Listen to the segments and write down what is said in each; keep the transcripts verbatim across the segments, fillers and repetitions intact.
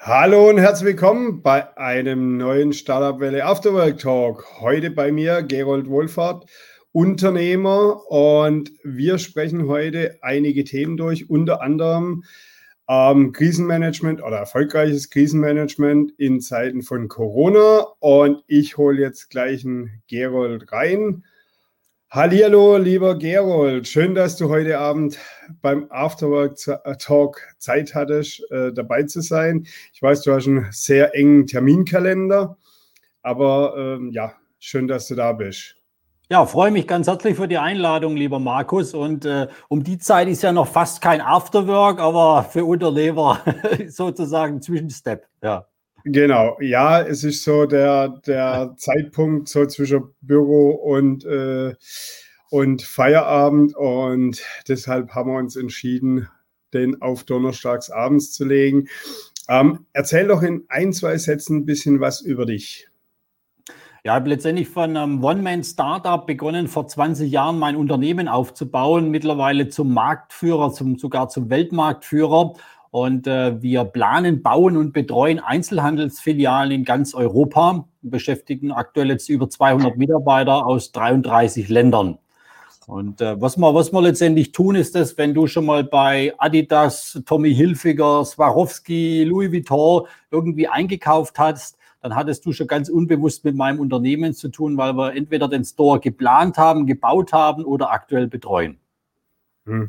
Hallo und herzlich willkommen bei einem neuen Startup Welle Afterwork Talk. Heute bei mir Gerold Wohlfahrt, Unternehmer, und wir sprechen heute einige Themen durch, unter anderem ähm, Krisenmanagement oder erfolgreiches Krisenmanagement in Zeiten von Corona. Und ich hole jetzt gleich einen Gerold rein. Hallihallo, lieber Gerold, schön, dass du heute Abend beim Afterwork Talk Zeit hattest, äh, dabei zu sein. Ich weiß, du hast einen sehr engen Terminkalender, aber ähm, ja, schön, dass du da bist. Ja, freue mich ganz herzlich für die Einladung, lieber Markus. Und äh, um die Zeit ist ja noch fast kein Afterwork, aber für Unternehmer sozusagen Zwischenstep. Ja. Genau, ja, es ist so der, der Zeitpunkt so zwischen Büro und, äh, und Feierabend, und deshalb haben wir uns entschieden, den auf donnerstags abends zu legen. Ähm, erzähl doch in ein, zwei Sätzen ein bisschen was über dich. Ja, ich habe letztendlich von einem One-Man-Startup begonnen, vor zwanzig Jahren mein Unternehmen aufzubauen, mittlerweile zum Marktführer, zum, sogar zum Weltmarktführer. Und äh, wir planen, bauen und betreuen Einzelhandelsfilialen in ganz Europa, beschäftigen aktuell jetzt über zweihundert Mitarbeiter aus dreiunddreißig Ländern. Und äh, was, wir, was wir letztendlich tun, ist das, wenn du schon mal bei Adidas, Tommy Hilfiger, Swarovski, Louis Vuitton irgendwie eingekauft hast, dann hattest du schon ganz unbewusst mit meinem Unternehmen zu tun, weil wir entweder den Store geplant haben, gebaut haben oder aktuell betreuen. Hm.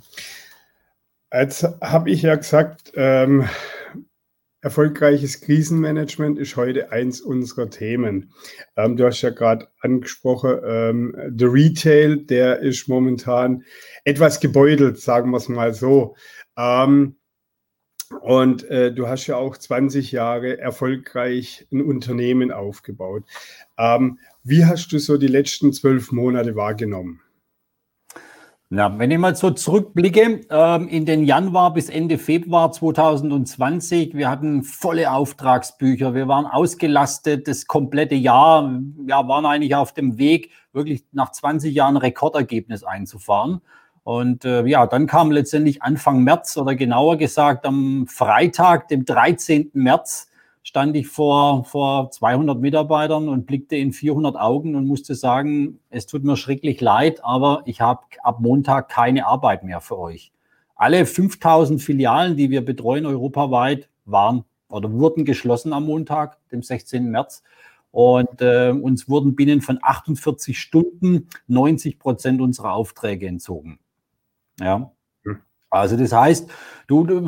Jetzt habe ich ja gesagt, ähm, erfolgreiches Krisenmanagement ist heute eins unserer Themen. Ähm, du hast ja gerade angesprochen, ähm, der Retail, der ist momentan etwas gebeutelt, sagen wir es mal so. Ähm, und äh, du hast ja auch zwanzig Jahre erfolgreich ein Unternehmen aufgebaut. Ähm, wie hast du so die letzten zwölf Monate wahrgenommen? Ja, wenn ich mal so zurückblicke, ähm, in den Januar bis Ende Februar zweitausendzwanzig, wir hatten volle Auftragsbücher, wir waren ausgelastet das komplette Jahr, ja, waren eigentlich auf dem Weg, wirklich nach zwanzig Jahren Rekordergebnis einzufahren. Und äh, ja, dann kam letztendlich Anfang März, oder genauer gesagt am Freitag, dem dreizehnten März, stand ich vor, vor zweihundert Mitarbeitern und blickte in vierhundert Augen und musste sagen, es tut mir schrecklich leid, aber ich habe ab Montag keine Arbeit mehr für euch. Alle fünftausend Filialen, die wir betreuen europaweit, waren oder wurden geschlossen am Montag, dem sechzehnten März. Und äh, uns wurden binnen von achtundvierzig Stunden neunzig Prozent unserer Aufträge entzogen. Ja. Also das heißt, du, du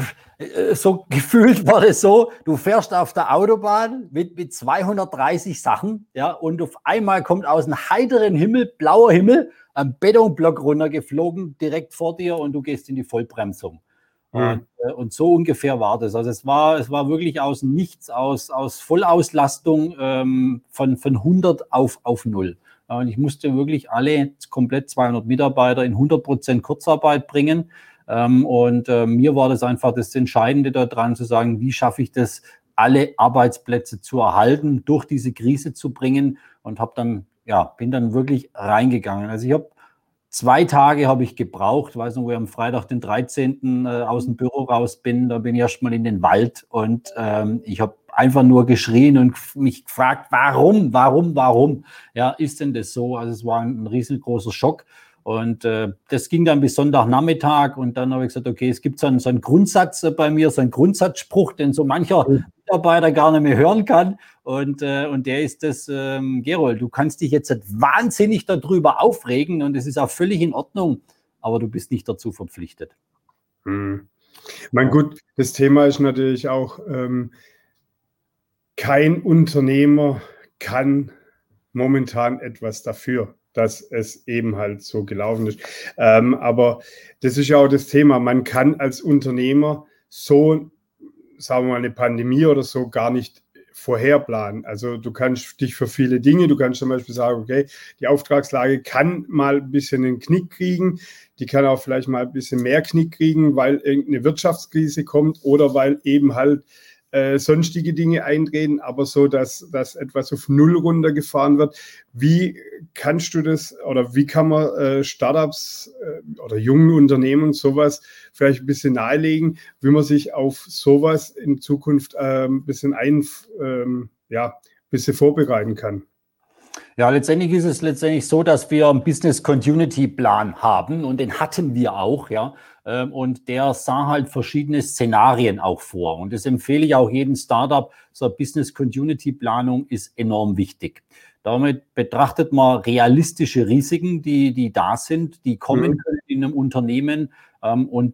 so gefühlt war das so, du fährst auf der Autobahn mit, mit zweihundertdreißig Sachen, ja, und auf einmal kommt aus dem heiteren Himmel, blauer Himmel, ein Betonblock runtergeflogen, direkt vor dir, und du gehst in die Vollbremsung. Und, Hm. und so ungefähr war das. Also es war, es war wirklich aus nichts, aus, aus Vollauslastung ähm, von, von hundert auf, auf null. Und ich musste wirklich alle komplett zweihundert Mitarbeiter in hundert Prozent Kurzarbeit bringen. Ähm, und äh, mir war das einfach das Entscheidende daran, zu sagen, wie schaffe ich das, alle Arbeitsplätze zu erhalten, durch diese Krise zu bringen, und habe dann, ja, bin dann wirklich reingegangen. Also ich habe zwei Tage habe ich gebraucht, weiß noch, wo ich am Freitag, den dreizehnten Äh, aus dem Büro raus bin, da bin ich erst mal in den Wald, und ähm, ich habe einfach nur geschrien und mich gefragt, warum, warum, warum, ja, ist denn das so? Also es war ein, ein riesengroßer Schock. Und äh, das ging dann bis Sonntagnachmittag, und dann habe ich gesagt, okay, es gibt so einen, so einen Grundsatz äh, bei mir, so einen Grundsatzspruch, den so mancher Mitarbeiter gar nicht mehr hören kann. Und, äh, und der ist das, ähm, Gerold, du kannst dich jetzt wahnsinnig darüber aufregen, und es ist auch völlig in Ordnung, aber du bist nicht dazu verpflichtet. Hm. Mein gut, das Thema ist natürlich auch, ähm, kein Unternehmer kann momentan etwas dafür, dass es eben halt so gelaufen ist. Ähm, aber das ist ja auch das Thema. Man kann als Unternehmer so, sagen wir mal, eine Pandemie oder so gar nicht vorherplanen. Also du kannst dich für viele Dinge, du kannst zum Beispiel sagen, okay, die Auftragslage kann mal ein bisschen einen Knick kriegen, die kann auch vielleicht mal ein bisschen mehr Knick kriegen, weil irgendeine Wirtschaftskrise kommt oder weil eben halt äh, sonstige Dinge eintreten, aber so, dass, dass etwas auf Null runtergefahren wird. Wie kannst du das oder wie kann man äh, Startups äh, oder jungen Unternehmen sowas vielleicht ein bisschen nahelegen, wie man sich auf sowas in Zukunft äh, ein bisschen ein, ähm, ja, ein bisschen vorbereiten kann? Ja, letztendlich ist es letztendlich so, dass wir einen Business Continuity Plan haben und den hatten wir auch, ja. Und der sah halt verschiedene Szenarien auch vor. Und das empfehle ich auch jedem Startup. So eine Business Continuity Planung ist enorm wichtig. Damit betrachtet man realistische Risiken, die, die da sind, die kommen mhm. können in einem Unternehmen und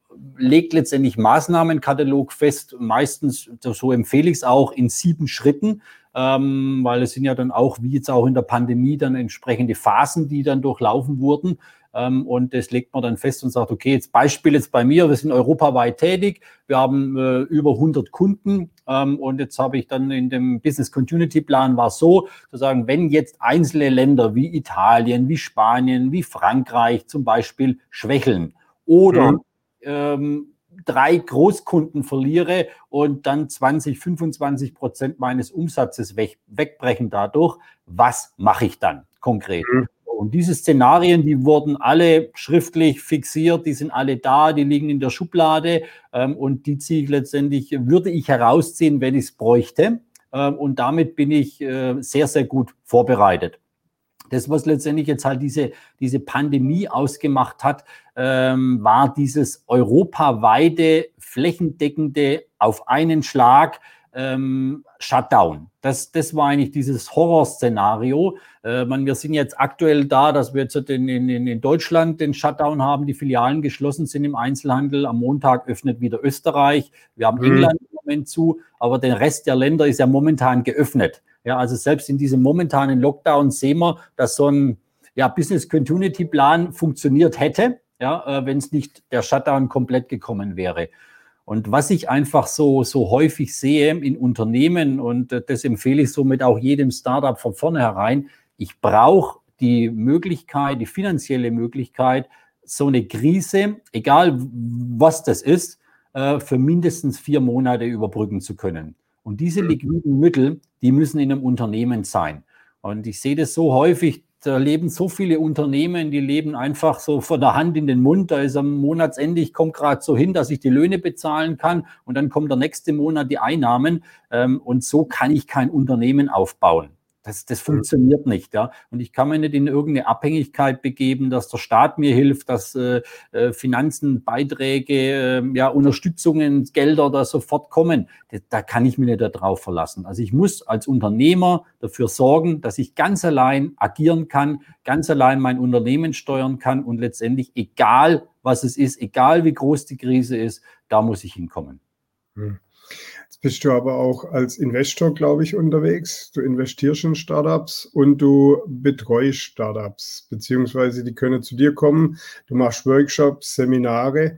legt letztendlich Maßnahmenkatalog fest. Meistens, so empfehle ich es auch, in sieben Schritten. Ähm, weil es sind ja dann auch, wie jetzt auch in der Pandemie, dann entsprechende Phasen, die dann durchlaufen wurden. Ähm, und das legt man dann fest und sagt, okay, jetzt Beispiel jetzt bei mir, wir sind europaweit tätig, wir haben äh, über hundert Kunden ähm, und jetzt habe ich dann in dem Business Continuity Plan war so, zu sagen, wenn jetzt einzelne Länder wie Italien, wie Spanien, wie Frankreich zum Beispiel schwächeln oder mhm. ähm, drei Großkunden verliere und dann zwanzig, fünfundzwanzig Prozent meines Umsatzes weg, wegbrechen dadurch, was mache ich dann konkret? Mhm. Und diese Szenarien, die wurden alle schriftlich fixiert, die sind alle da, die liegen in der Schublade ähm, und die ziehe ich letztendlich, würde ich herausziehen, wenn ich es bräuchte. Ähm, und damit bin ich äh, sehr, sehr gut vorbereitet. Das, was letztendlich jetzt halt diese, diese Pandemie ausgemacht hat, ähm, war dieses europaweite, flächendeckende, auf einen Schlag ähm, Shutdown. Das, das war eigentlich dieses Horrorszenario. Äh, man, wir sind jetzt aktuell da, dass wir jetzt in, in, in Deutschland den Shutdown haben, die Filialen geschlossen sind im Einzelhandel. Am Montag öffnet wieder Österreich. Wir haben mhm. England im Moment zu, aber der Rest der Länder ist ja momentan geöffnet. Ja, also selbst in diesem momentanen Lockdown sehen wir, dass so ein ja, Business Continuity Plan funktioniert hätte, ja, äh, wenn es nicht der Shutdown komplett gekommen wäre. Und was ich einfach so, so häufig sehe in Unternehmen, und äh, das empfehle ich somit auch jedem Startup von vornherein, ich brauche die Möglichkeit, die finanzielle Möglichkeit, so eine Krise, egal was das ist, äh, für mindestens vier Monate überbrücken zu können. Und diese liquiden Mittel, die müssen in einem Unternehmen sein. Und ich sehe das so häufig, da leben so viele Unternehmen, die leben einfach so von der Hand in den Mund. Da ist am Monatsende, ich komme gerade so hin, dass ich die Löhne bezahlen kann und dann kommt der nächste Monat die Einnahmen. Und so kann ich kein Unternehmen aufbauen. Das, das funktioniert nicht, ja. Und ich kann mich nicht in irgendeine Abhängigkeit begeben, dass der Staat mir hilft, dass äh, Finanzen, Beiträge, äh, ja, Unterstützungen, Gelder da sofort kommen. Da, da kann ich mich nicht darauf verlassen. Also ich muss als Unternehmer dafür sorgen, dass ich ganz allein agieren kann, ganz allein mein Unternehmen steuern kann und letztendlich, egal was es ist, egal wie groß die Krise ist, da muss ich hinkommen. Hm. Jetzt bist du aber auch als Investor, glaube ich, unterwegs. Du investierst in Startups und du betreust Startups, beziehungsweise die können zu dir kommen. Du machst Workshops, Seminare.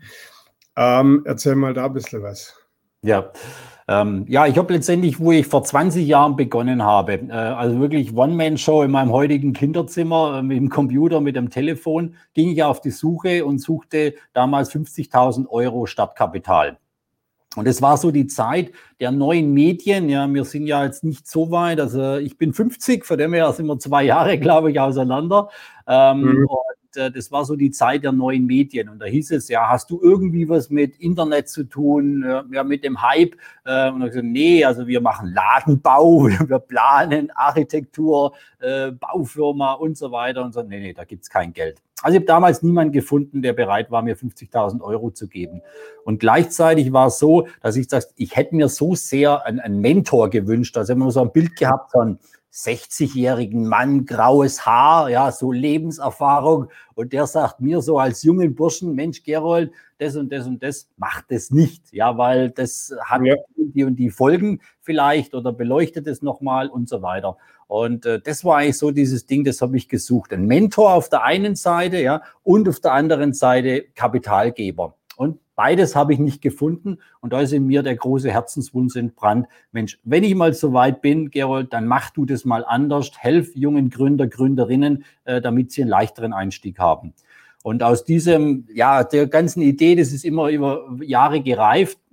Ähm, erzähl mal da ein bisschen was. Ja, ähm, ja, ich habe letztendlich, wo ich vor zwanzig Jahren begonnen habe, äh, also wirklich One-Man-Show in meinem heutigen Kinderzimmer äh, mit dem Computer, mit dem Telefon, ging ich auf die Suche und suchte damals fünfzigtausend Euro Startkapital. Und es war so die Zeit der neuen Medien. Ja, wir sind ja jetzt nicht so weit. Also ich bin fünfzig, von dem her sind wir zwei Jahre, glaube ich, auseinander. Ähm, mhm. Und äh, das war so die Zeit der neuen Medien. Und da hieß es, ja, hast du irgendwie was mit Internet zu tun, ja, mit dem Hype? Äh, und ich gesagt, nee, also wir machen Ladenbau, wir planen Architektur, äh, Baufirma und so weiter. Und so, nee, nee, da gibt's kein Geld. Also ich habe damals niemanden gefunden, der bereit war, mir fünfzigtausend Euro zu geben. Und gleichzeitig war es so, dass ich sage, ich hätte mir so sehr einen, einen Mentor gewünscht. Also ich habe mir so ein Bild gehabt von sechzigjährigen Mann, graues Haar, ja, so Lebenserfahrung. Und der sagt mir so als jungen Burschen, Mensch, Gerold, das und das und das, macht es nicht. Ja, weil das hat ja die und die Folgen vielleicht oder beleuchtet es nochmal und so weiter. Und äh, das war eigentlich so dieses Ding, das habe ich gesucht. Ein Mentor auf der einen Seite, ja, und auf der anderen Seite Kapitalgeber. Und beides habe ich nicht gefunden. Und da ist in mir der große Herzenswunsch entbrannt. Mensch, wenn ich mal so weit bin, Gerold, dann mach du das mal anders. Helf jungen Gründer, Gründerinnen, äh, damit sie einen leichteren Einstieg haben. Und aus diesem, ja, der ganzen Idee, das ist immer über Jahre gereift,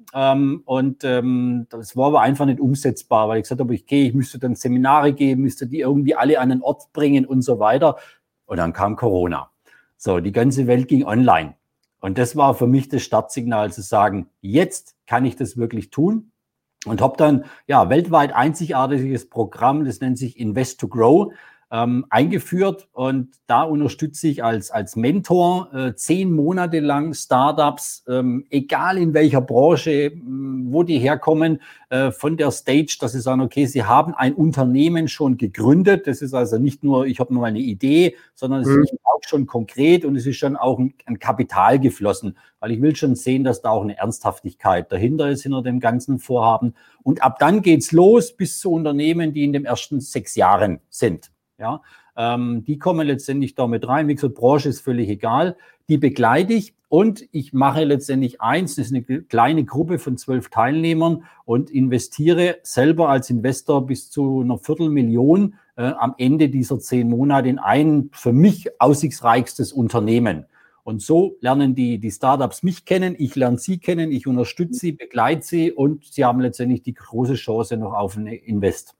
Ähm, und ähm, das war aber einfach nicht umsetzbar, weil ich gesagt habe, okay, ich müsste dann Seminare geben, müsste die irgendwie alle an den Ort bringen und so weiter. Und dann kam Corona. So, die ganze Welt ging online. Und das war für mich das Startsignal zu sagen, jetzt kann ich das wirklich tun. Und habe dann ja weltweit einzigartiges Programm, das nennt sich Invest to Grow, ähm, eingeführt. Und da unterstütze ich als, als Mentor äh, zehn Monate lang Startups, ähm, egal in welcher Branche, wo die herkommen, äh, von der Stage, dass sie sagen, okay, sie haben ein Unternehmen schon gegründet. Das ist also nicht nur, ich habe nur eine Idee, sondern es mhm. ist auch schon konkret und es ist schon auch ein, ein Kapital geflossen, weil ich will schon sehen, dass da auch eine Ernsthaftigkeit dahinter ist, hinter dem ganzen Vorhaben. Und ab dann geht's los bis zu Unternehmen, die in den ersten sechs Jahren sind. Ja, ähm, die kommen letztendlich da mit rein. Wie gesagt, Branche ist völlig egal. Die begleite ich und ich mache letztendlich eins, das ist eine kleine Gruppe von zwölf Teilnehmern und investiere selber als Investor bis zu einer Viertelmillion äh, am Ende dieser zehn Monate in ein für mich aussichtsreichstes Unternehmen. Und so lernen die, die Startups mich kennen, ich lerne sie kennen, ich unterstütze sie, begleite sie und sie haben letztendlich die große Chance noch auf ein Invest.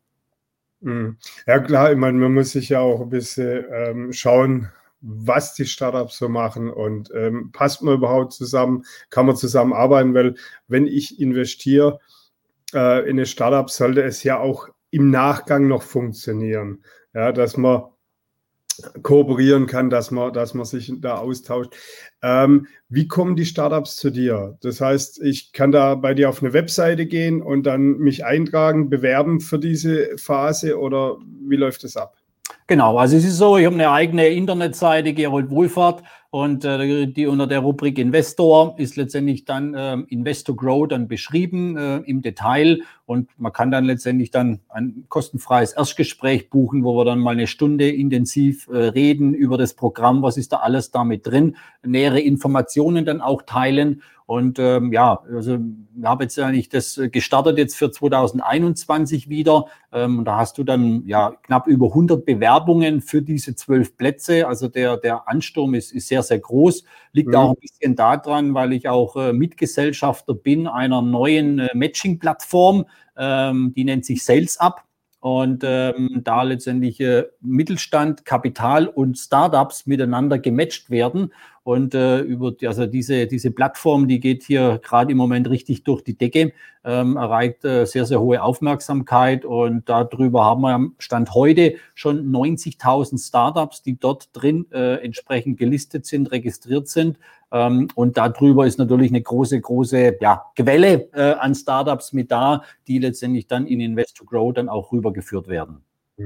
Ja klar, ich meine, man muss sich ja auch ein bisschen ähm, schauen, was die Startups so machen und ähm, passt man überhaupt zusammen, kann man zusammenarbeiten, weil wenn ich investiere äh, in eine Startup, sollte es ja auch im Nachgang noch funktionieren, ja, dass man kooperieren kann, dass man, dass man sich da austauscht. Ähm, wie kommen die Startups zu dir? Das heißt, ich kann da bei dir auf eine Webseite gehen und dann mich eintragen, bewerben für diese Phase oder wie läuft das ab? Genau, also es ist so, ich habe eine eigene Internetseite, Gerold Wohlfahrt, und äh, die unter der Rubrik Investor ist letztendlich dann äh, Invest to Grow dann beschrieben äh, im Detail und man kann dann letztendlich dann ein kostenfreies Erstgespräch buchen, wo wir dann mal eine Stunde intensiv äh, reden über das Programm, was ist da alles damit drin, nähere Informationen dann auch teilen. Und ähm, ja, also ich habe jetzt eigentlich das gestartet jetzt für zwanzig einundzwanzig wieder. Ähm, da hast du dann ja knapp über hundert Bewerbungen für diese zwölf Plätze. Also der, der Ansturm ist, ist sehr, sehr groß. Liegt mhm. auch ein bisschen daran, weil ich auch äh, Mitgesellschafter bin einer neuen äh, Matching-Plattform. Ähm, die nennt sich SalesUp. Und ähm, da letztendlich äh, Mittelstand, Kapital und Startups miteinander gematcht werden. Und äh, über die, also diese, diese Plattform, die geht hier gerade im Moment richtig durch die Decke, ähm, erreicht äh, sehr, sehr hohe Aufmerksamkeit. Und darüber haben wir am Stand heute schon neunzigtausend Startups, die dort drin äh, entsprechend gelistet sind, registriert sind. Ähm, und darüber ist natürlich eine große, große ja, Quelle äh, an Startups mit da, die letztendlich dann in Invest to Grow dann auch rübergeführt werden.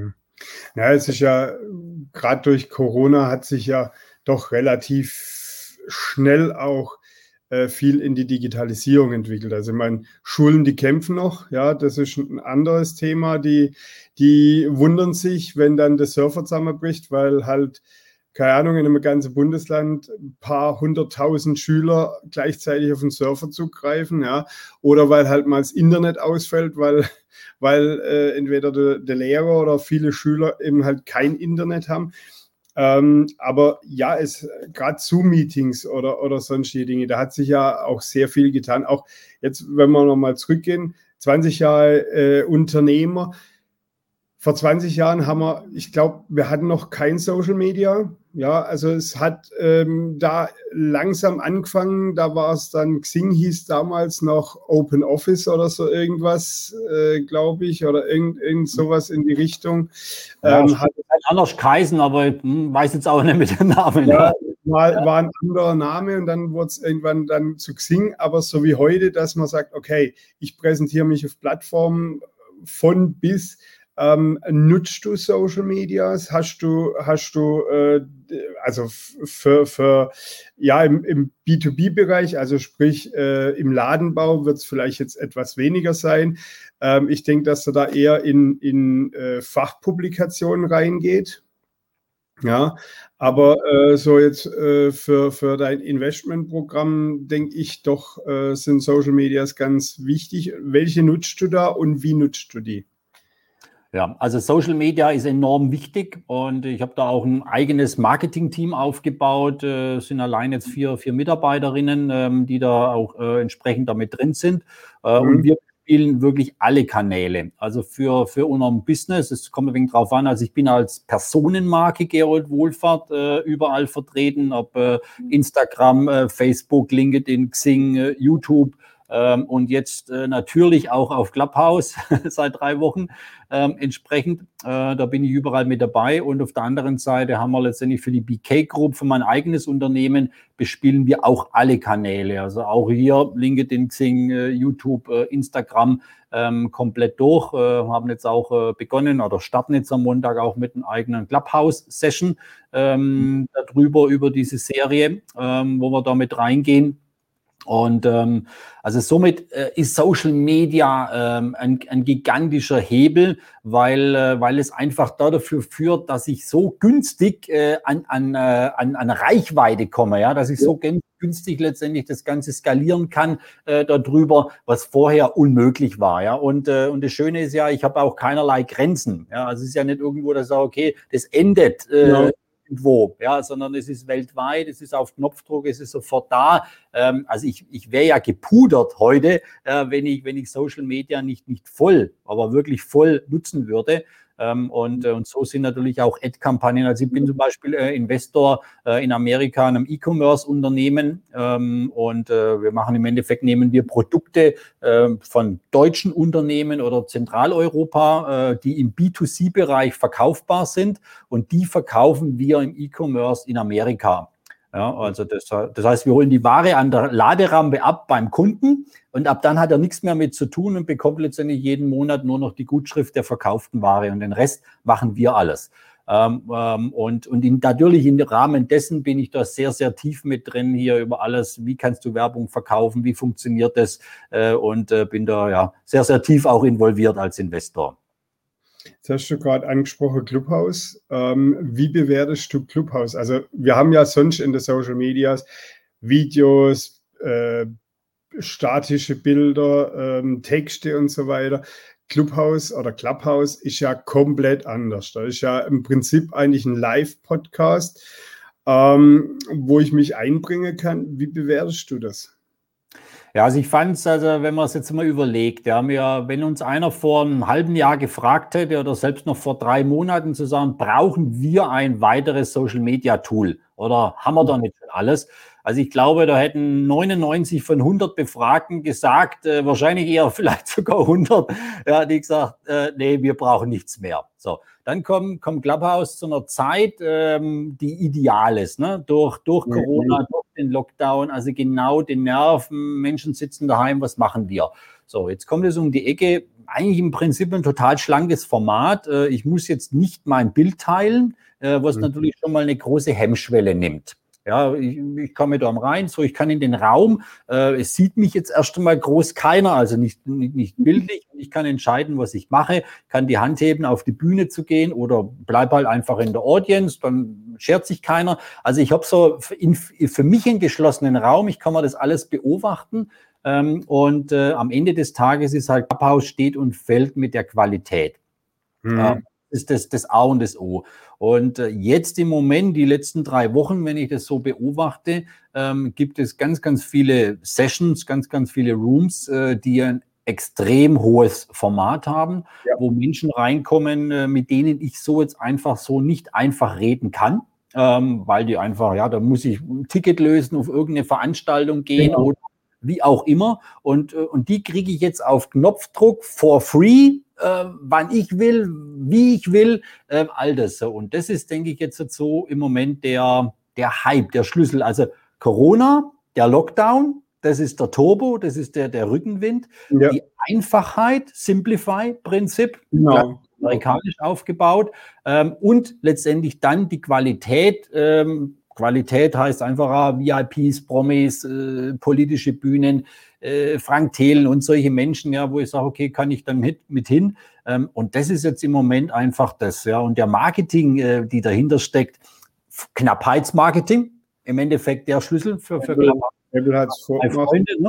Ja, es ist ja, gerade durch Corona hat sich ja doch relativ schnell auch äh, viel in die Digitalisierung entwickelt. Also ich meine, Schulen, die kämpfen noch, ja, das ist ein anderes Thema. Die, die wundern sich, wenn dann der Server zusammenbricht, weil halt keine Ahnung, in einem ganzen Bundesland ein paar hunderttausend Schüler gleichzeitig auf den Server zugreifen, ja, oder weil halt mal das Internet ausfällt, weil, weil äh, entweder der, der Lehrer oder viele Schüler eben halt kein Internet haben. Ähm, aber ja, es gerade Zoom-Meetings oder, oder sonstige Dinge, da hat sich ja auch sehr viel getan. Auch jetzt, wenn wir nochmal zurückgehen, zwanzig Jahre äh, Unternehmer. Vor zwanzig Jahren haben wir, ich glaube, wir hatten noch kein Social Media. Ja, also es hat ähm, da langsam angefangen. Da war es dann, Xing hieß damals noch Open Office oder so irgendwas, äh, glaube ich, oder irgend, irgend sowas in die Richtung. Ja, ähm, hat anders geheißen, aber hm, weiß jetzt auch nicht mit dem Namen. Ja, mal ja. war ein anderer Name und dann wurde es irgendwann dann zu Xing. Aber so wie heute, dass man sagt, okay, ich präsentiere mich auf Plattformen von bis. Ähm, nutzt du Social Medias? Hast du, hast du äh, also für, für ja im, im B zwei B-Bereich, also sprich äh, im Ladenbau wird es vielleicht jetzt etwas weniger sein. Ähm, ich denke, dass er da eher in, in äh, Fachpublikationen reingeht. Ja, aber äh, so jetzt äh, für, für dein Investmentprogramm denke ich doch, äh, sind Social Medias ganz wichtig. Welche nutzt du da und wie nutzt du die? Ja, also Social Media ist enorm wichtig und ich habe da auch ein eigenes Marketing-Team aufgebaut. Es äh, sind allein jetzt vier, vier Mitarbeiterinnen, ähm, die da auch äh, entsprechend damit drin sind. Äh, mhm. Und wir spielen wirklich alle Kanäle. Also für, für unserem Business, es kommt ein wenig drauf an, also ich bin als Personenmarke Gerold Wohlfahrt äh, überall vertreten, ob äh, Instagram, äh, Facebook, LinkedIn, Xing, äh, YouTube. Ähm, und jetzt äh, natürlich auch auf Clubhouse seit drei Wochen ähm, entsprechend. Äh, da bin ich überall mit dabei. Und auf der anderen Seite haben wir letztendlich für die B K Group, für mein eigenes Unternehmen, bespielen wir auch alle Kanäle. Also auch hier LinkedIn, Xing, äh, YouTube, äh, Instagram ähm, komplett durch. Äh, haben jetzt auch äh, begonnen oder starten jetzt am Montag auch mit einer eigenen Clubhouse-Session ähm, darüber, über diese Serie, ähm, wo wir da mit reingehen. Und ähm, also somit äh, ist Social Media ähm, ein, ein gigantischer Hebel, weil, äh, weil es einfach da dafür führt, dass ich so günstig äh, an, an, äh, an, an Reichweite komme, ja, dass ich so günstig letztendlich das Ganze skalieren kann äh, darüber, was vorher unmöglich war, ja. Und, äh, und das Schöne ist ja, ich habe auch keinerlei Grenzen, ja. Also es ist ja nicht irgendwo, dass ich sage, okay, das endet. Äh, ja. Wo, ja, sondern es ist weltweit, es ist auf Knopfdruck, es ist sofort da. Ähm, also ich, ich wäre ja gepudert heute, äh, wenn ich, wenn ich Social Media nicht, nicht voll, aber wirklich voll nutzen würde. Ähm, und, äh, und so sind natürlich auch Ad-Kampagnen. Also ich bin zum Beispiel äh, Investor äh, in Amerika in einem E-Commerce-Unternehmen ähm, und äh, wir machen im Endeffekt, nehmen wir Produkte äh, von deutschen Unternehmen oder Zentraleuropa, äh, die im B zwei C-Bereich verkaufbar sind und die verkaufen wir im E-Commerce in Amerika. Ja, also das, das heißt, wir holen die Ware an der Laderampe ab beim Kunden und ab dann hat er nichts mehr mit zu tun und bekommt letztendlich jeden Monat nur noch die Gutschrift der verkauften Ware und den Rest machen wir alles. Ähm, ähm, und und in, natürlich im Rahmen dessen bin ich da sehr, sehr tief mit drin hier über alles, wie kannst du Werbung verkaufen, wie funktioniert das äh, und äh, bin da ja sehr, sehr tief auch involviert als Investor. Jetzt hast du gerade angesprochen, Clubhouse. Ähm, wie bewertest du Clubhouse? Also wir haben ja sonst in den Social Medias Videos, äh, statische Bilder, ähm, Texte und so weiter. Clubhouse oder Clubhouse ist ja komplett anders. Das ist ja im Prinzip eigentlich ein Live-Podcast, ähm, wo ich mich einbringen kann. Wie bewertest du das? Ja, also ich fand es, also wenn man es jetzt mal überlegt, ja, wir, wenn uns einer vor einem halben Jahr gefragt hätte oder selbst noch vor drei Monaten zu sagen, brauchen wir ein weiteres Social-Media-Tool oder haben wir da nicht schon alles? Also ich glaube, da hätten neunundneunzig von hundert Befragten gesagt, äh, wahrscheinlich eher vielleicht sogar hundert, ja, die gesagt, äh, nee, wir brauchen nichts mehr. So, dann kommt, kommt Clubhouse zu einer Zeit, ähm, die ideal ist, ne? Durch, durch Corona, durch den Lockdown, also genau den Nerven, Menschen sitzen daheim, was machen wir? So, jetzt kommt es um die Ecke, eigentlich im Prinzip ein total schlankes Format. Äh, ich muss jetzt nicht mein Bild teilen, äh, was mhm. natürlich schon mal eine große Hemmschwelle nimmt. Ja, ich, ich komme da rein, so ich kann in den Raum, äh, es sieht mich jetzt erst einmal groß keiner, also nicht, nicht, nicht bildlich. Ich kann entscheiden, was ich mache, kann die Hand heben, auf die Bühne zu gehen oder bleib halt einfach in der Audience, dann schert sich keiner. Also ich habe so in, für mich einen geschlossenen Raum, ich kann mir das alles beobachten ähm, und äh, am Ende des Tages ist halt, Clubhouse steht und fällt mit der Qualität. Mhm. Ähm, ist das, das A und das O. Und äh, jetzt im Moment, die letzten drei Wochen, wenn ich das so beobachte, ähm, gibt es ganz, ganz viele Sessions, ganz, ganz viele Rooms, äh, die ein extrem hohes Format haben, ja. wo Menschen reinkommen, äh, mit denen ich so jetzt einfach so nicht einfach reden kann, ähm, weil die einfach, ja, da muss ich ein Ticket lösen, auf irgendeine Veranstaltung gehen genau. oder wie auch immer. Und, und die kriege ich jetzt auf Knopfdruck for free, äh, wann ich will, wie ich will, äh, all das. Und das ist, denke ich, jetzt so im Moment der, der Hype, der Schlüssel. Also Corona, der Lockdown, das ist der Turbo, das ist der, der Rückenwind. Ja. Die Einfachheit, Simplify-Prinzip, genau. amerikanisch aufgebaut ähm, und letztendlich dann die Qualität, ähm, Qualität heißt einfach V I Ps, Promis, äh, politische Bühnen, äh, Frank Thelen und solche Menschen, ja, wo ich sage, okay, kann ich dann mit, mit hin. Ähm, und das ist jetzt im Moment einfach das, ja. Und der Marketing, äh, die dahinter steckt, Knappheitsmarketing, im Endeffekt der Schlüssel für, für Knappheit. Freunde, ne?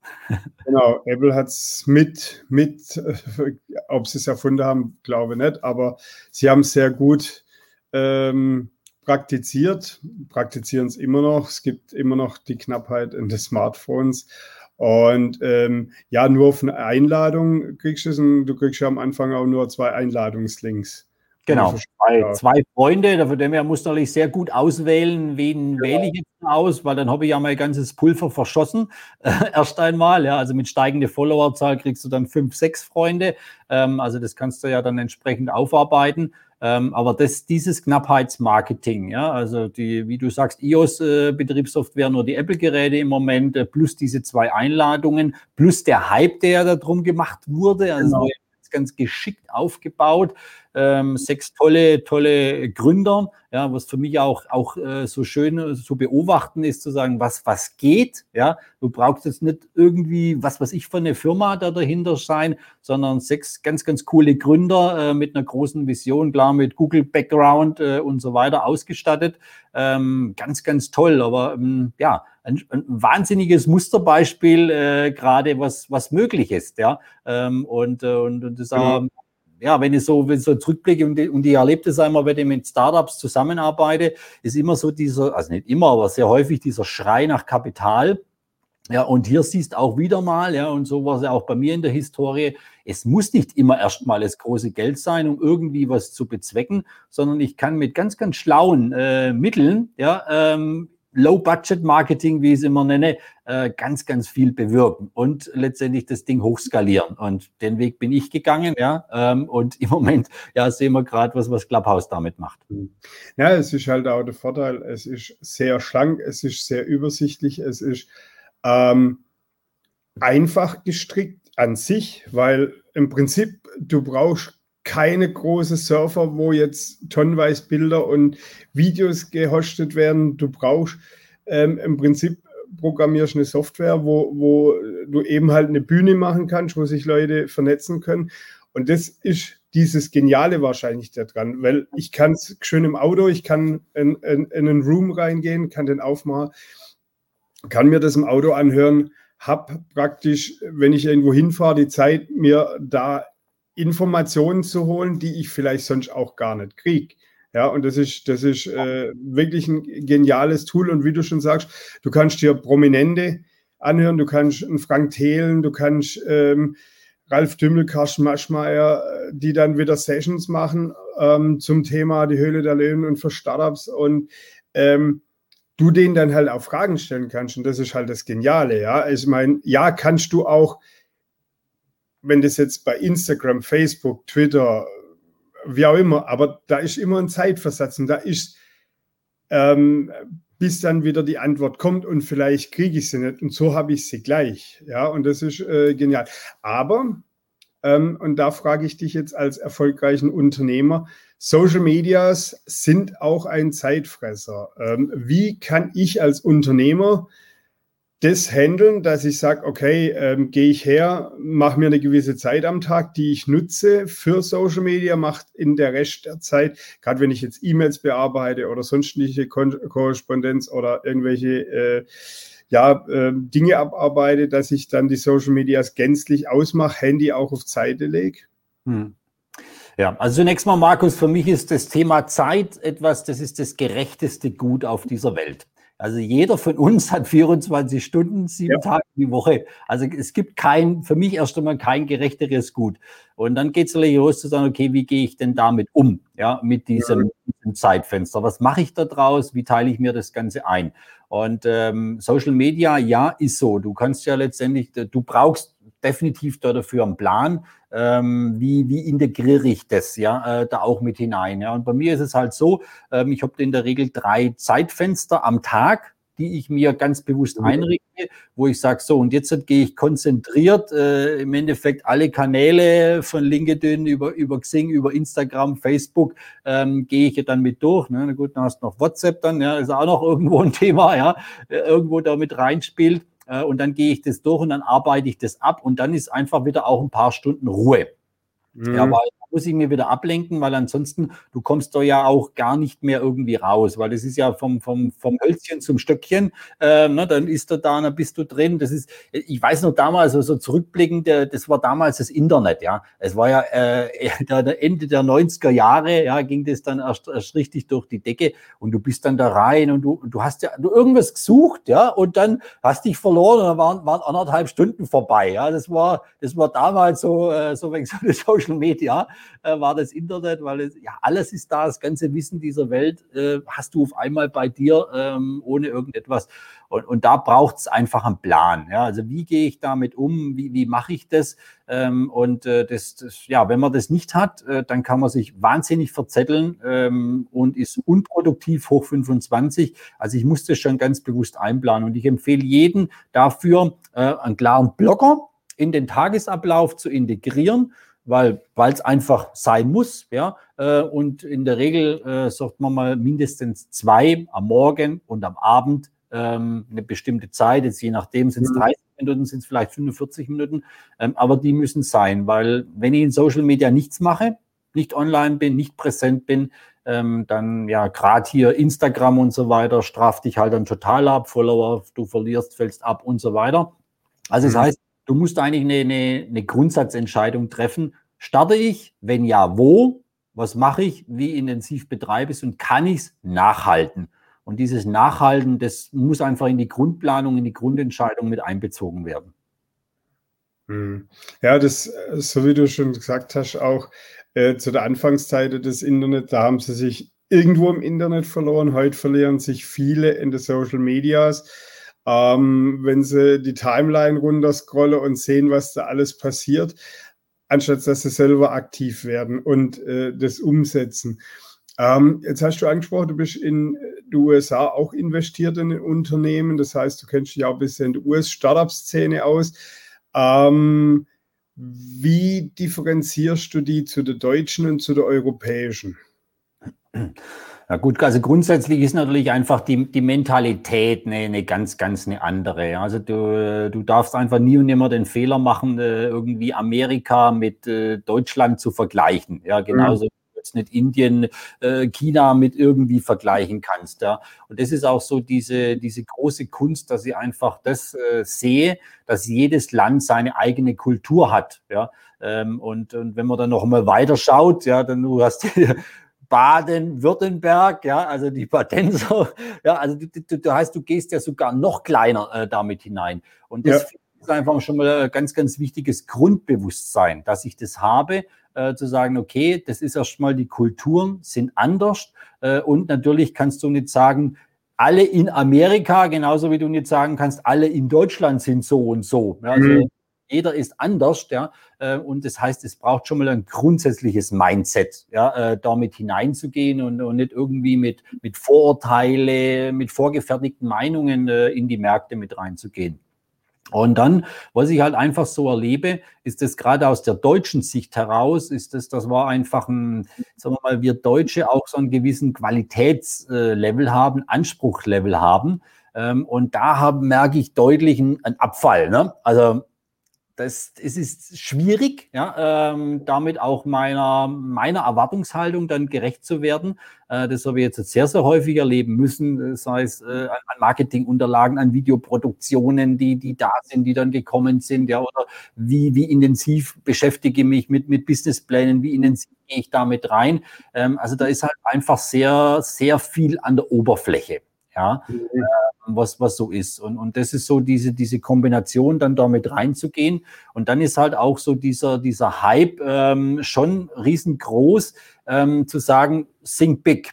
Genau, Apple hat es mit, mit äh, ob sie es erfunden haben, glaube ich nicht, aber sie haben es sehr gut ähm, praktiziert, praktizieren es immer noch. Es gibt immer noch die Knappheit in den Smartphones. Und ähm, ja, nur auf eine Einladung kriegst du es und du kriegst ja am Anfang auch nur zwei Einladungslinks. Genau, zwei, zwei Freunde, von dem her muss natürlich sehr gut auswählen, wen Ja. wähle ich jetzt aus, weil dann habe ich ja mein ganzes Pulver verschossen, äh, erst einmal, ja, also mit steigender Followerzahl kriegst du dann fünf, sechs Freunde, ähm, also das kannst du ja dann entsprechend aufarbeiten, ähm, aber das, dieses Knappheitsmarketing, ja, also die, wie du sagst, iOS-Betriebssoftware, äh, nur die Apple-Geräte im Moment, äh, plus diese zwei Einladungen, plus der Hype, der da drum gemacht wurde, also genau. Ganz geschickt aufgebaut, ähm, sechs tolle, tolle Gründer, ja, was für mich auch, auch äh, so schön zu beobachten ist, zu sagen, was, was geht, ja, du brauchst jetzt nicht irgendwie, was weiß ich, für eine Firma da dahinter sein, sondern sechs ganz, ganz coole Gründer äh, mit einer großen Vision, klar, mit Google-Background äh, und so weiter ausgestattet, ähm, ganz, ganz toll, aber ähm, ja, ein, ein wahnsinniges Musterbeispiel äh, gerade, was, was möglich ist, ja, ähm, und, äh, und, und das auch, ja, wenn ich so, wenn ich so zurückblicke und, und ich erlebe das einmal, wenn ich mit Startups zusammenarbeite, ist immer so dieser, also nicht immer, aber sehr häufig dieser Schrei nach Kapital. Ja, und hier siehst du auch wieder mal, ja, und so war es ja auch bei mir in der Historie, es muss nicht immer erstmal das große Geld sein, um irgendwie was zu bezwecken, sondern ich kann mit ganz, ganz schlauen äh, Mitteln, ja, ähm, Low-Budget-Marketing, wie ich es immer nenne, äh, ganz, ganz viel bewirken und letztendlich das Ding hochskalieren. Und den Weg bin ich gegangen, ja. Ähm, und im Moment, ja, sehen wir gerade, was, was Clubhouse damit macht. Ja, es ist halt auch der Vorteil, es ist sehr schlank, es ist sehr übersichtlich, es ist ähm, einfach gestrickt an sich, weil im Prinzip du brauchst keine große Server, wo jetzt tonnenweise Bilder und Videos gehostet werden. Du brauchst ähm, im Prinzip programmierst eine Software, wo, wo du eben halt eine Bühne machen kannst, wo sich Leute vernetzen können. Und das ist dieses Geniale wahrscheinlich daran, weil ich kann es schön im Auto, ich kann in, in, in einen Room reingehen, kann den aufmachen, kann mir das im Auto anhören, habe praktisch, wenn ich irgendwo hinfahre, die Zeit, mir da Informationen zu holen, die ich vielleicht sonst auch gar nicht kriege. Ja, und das ist, das ist äh, wirklich ein geniales Tool. Und wie du schon sagst, du kannst dir Prominente anhören, du kannst einen Frank Thelen, du kannst ähm, Ralf Dümmel, Carsten Maschmeyer, die dann wieder Sessions machen ähm, zum Thema die Höhle der Löwen und für Startups und ähm, du denen dann halt auch Fragen stellen kannst. Und das ist halt das Geniale, ja. Ich meine, ja, kannst du auch, wenn das jetzt bei Instagram, Facebook, Twitter, wie auch immer, aber da ist immer ein Zeitversatz und da ist, ähm, bis dann wieder die Antwort kommt und vielleicht kriege ich sie nicht und so habe ich sie gleich, ja, und das ist äh, genial. Aber, ähm, und da frage ich dich jetzt als erfolgreichen Unternehmer, Social Medias sind auch ein Zeitfresser. Ähm, wie kann ich als Unternehmer das handeln, dass ich sage, okay, ähm, gehe ich her, mache mir eine gewisse Zeit am Tag, die ich nutze für Social Media, macht in der Rest der Zeit, gerade wenn ich jetzt E-Mails bearbeite oder sonstige Kon- Korrespondenz oder irgendwelche äh, ja, äh, Dinge abarbeite, dass ich dann die Social Medias gänzlich ausmache, Handy auch auf Seite lege? Hm. Ja, also zunächst mal, Markus, für mich ist das Thema Zeit etwas, das ist das gerechteste Gut auf dieser Welt. Also jeder von uns hat vierundzwanzig Stunden, sieben ja. Tage die Woche. Also es gibt kein, für mich erst einmal kein gerechteres Gut. Und dann geht es natürlich los zu sagen, okay, wie gehe ich denn damit um, ja, mit diesem, ja. diesem Zeitfenster? Was mache ich da draus? Wie teile ich mir das Ganze ein? Und ähm, Social Media, ja, ist so. Du kannst ja letztendlich, du brauchst definitiv da dafür einen Plan. Ähm, wie, wie integriere ich das ja äh, da auch mit hinein? Ja? Und bei mir ist es halt so, ähm, ich habe in der Regel drei Zeitfenster am Tag, die ich mir ganz bewusst einrichte, wo ich sage, so, und jetzt gehe ich konzentriert äh, im Endeffekt alle Kanäle von LinkedIn über, über Xing, über Instagram, Facebook, ähm, gehe ich dann mit durch. Ne? Na gut, dann hast du noch WhatsApp dann, ja, ist auch noch irgendwo ein Thema, ja, irgendwo da mit reinspielt. Und dann gehe ich das durch und dann arbeite ich das ab und dann ist einfach wieder auch ein paar Stunden Ruhe. Mhm. Ja, aber da muss ich mir wieder ablenken, weil ansonsten, du kommst da ja auch gar nicht mehr irgendwie raus, weil das ist ja vom, vom, vom Hölzchen zum Stöckchen, äh, ne, dann ist du da, dann bist du drin. Das ist, ich weiß noch damals, also zurückblickend, das war damals das Internet, ja. Es war ja äh, Ende der neunziger Jahre, ja, ging das dann erst, erst richtig durch die Decke und du bist dann da rein und du, du hast ja du irgendwas gesucht, ja, und dann hast dich verloren und dann waren, waren anderthalb Stunden vorbei, ja. Das war, das war damals so, äh, so wegen so eine Social Media, äh, war das Internet, weil es, ja, alles ist da, das ganze Wissen dieser Welt äh, hast du auf einmal bei dir, ähm, ohne irgendetwas. Und, und da braucht es einfach einen Plan. Ja? Also wie gehe ich damit um? Wie, wie mache ich das? Ähm, und äh, das, das, ja, wenn man das nicht hat, äh, dann kann man sich wahnsinnig verzetteln ähm, und ist unproduktiv hoch fünfundzwanzig. Also ich muss das schon ganz bewusst einplanen. Und ich empfehle jeden dafür, äh, einen klaren Blocker in den Tagesablauf zu integrieren, weil es einfach sein muss, ja, äh, und in der Regel äh, sagt man mal mindestens zwei am Morgen und am Abend ähm, eine bestimmte Zeit, jetzt je nachdem sind es dreißig Minuten, sind es vielleicht fünfundvierzig Minuten, ähm, aber die müssen sein, weil wenn ich in Social Media nichts mache, nicht online bin, nicht präsent bin, ähm, dann ja gerade hier Instagram und so weiter straft dich halt dann total ab, Follower, du verlierst, fällst ab und so weiter. Also das heißt, du musst eigentlich eine, eine, eine Grundsatzentscheidung treffen. Starte ich? Wenn ja, wo? Was mache ich? Wie intensiv betreibe ich es? Und kann ich es nachhalten? Und dieses Nachhalten, das muss einfach in die Grundplanung, in die Grundentscheidung mit einbezogen werden. Ja, das, so wie du schon gesagt hast, auch äh, zu der Anfangszeit des Internets, da haben sie sich irgendwo im Internet verloren. Heute verlieren sich viele in den Social Medias. Ähm, wenn sie die Timeline runterscrollen und sehen, was da alles passiert, anstatt dass sie selber aktiv werden und äh, das umsetzen. Ähm, jetzt hast du angesprochen, du bist in den U S A auch investiert in ein Unternehmen. Das heißt, du kennst dich auch ein bisschen in der U S-Startup-Szene aus. Ähm, wie differenzierst du die zu der deutschen und zu der europäischen? Ja gut, also grundsätzlich ist natürlich einfach die, die Mentalität eine, eine ganz, ganz eine andere. Also du, du darfst einfach nie und nimmer den Fehler machen, irgendwie Amerika mit Deutschland zu vergleichen. Ja, genauso. Mhm. Jetzt nicht Indien, äh, China mit irgendwie vergleichen kannst. Ja. Und das ist auch so diese, diese große Kunst, dass ich einfach das äh, sehe, dass jedes Land seine eigene Kultur hat. Ja. Ähm, und, und wenn man dann noch mal weiter schaut, ja, dann du hast Baden-Württemberg, ja, also die Badenser, ja, also du, du, du heißt, du gehst ja sogar noch kleiner äh, damit hinein. Und das ja. ist einfach schon mal ein ganz, ganz wichtiges Grundbewusstsein, dass ich das habe, äh, zu sagen, okay, das ist erstmal, die Kulturen sind anders äh, und natürlich kannst du nicht sagen, alle in Amerika, genauso wie du nicht sagen kannst, alle in Deutschland sind so und so. Ja, also mhm. Jeder ist anders, ja, äh, und das heißt, es braucht schon mal ein grundsätzliches Mindset, ja, äh, damit hineinzugehen und, und nicht irgendwie mit, mit Vorurteile, mit vorgefertigten Meinungen äh, in die Märkte mit reinzugehen. Und dann, was ich halt einfach so erlebe, ist das gerade aus der deutschen Sicht heraus, ist das, das war einfach ein, sagen wir mal, wir Deutsche auch so einen gewissen Qualitätslevel haben, Anspruchslevel haben. Ähm, und da haben, merke ich deutlich einen, einen Abfall, ne? Also, Das, es ist schwierig, ja, ähm, damit auch meiner, meiner Erwartungshaltung dann gerecht zu werden. Äh, das habe ich jetzt sehr, sehr häufig erleben müssen, sei es äh, an Marketingunterlagen, an Videoproduktionen, die, die da sind, die dann gekommen sind, ja, oder wie, wie intensiv beschäftige ich mich mit, mit Businessplänen, wie intensiv gehe ich damit rein. Ähm, also da ist halt einfach sehr, sehr viel an der Oberfläche. Ja, mhm. äh, was, was so ist. Und, und das ist so diese, diese Kombination, dann da mit reinzugehen. Und dann ist halt auch so dieser, dieser Hype ähm, schon riesengroß, ähm, zu sagen, think big.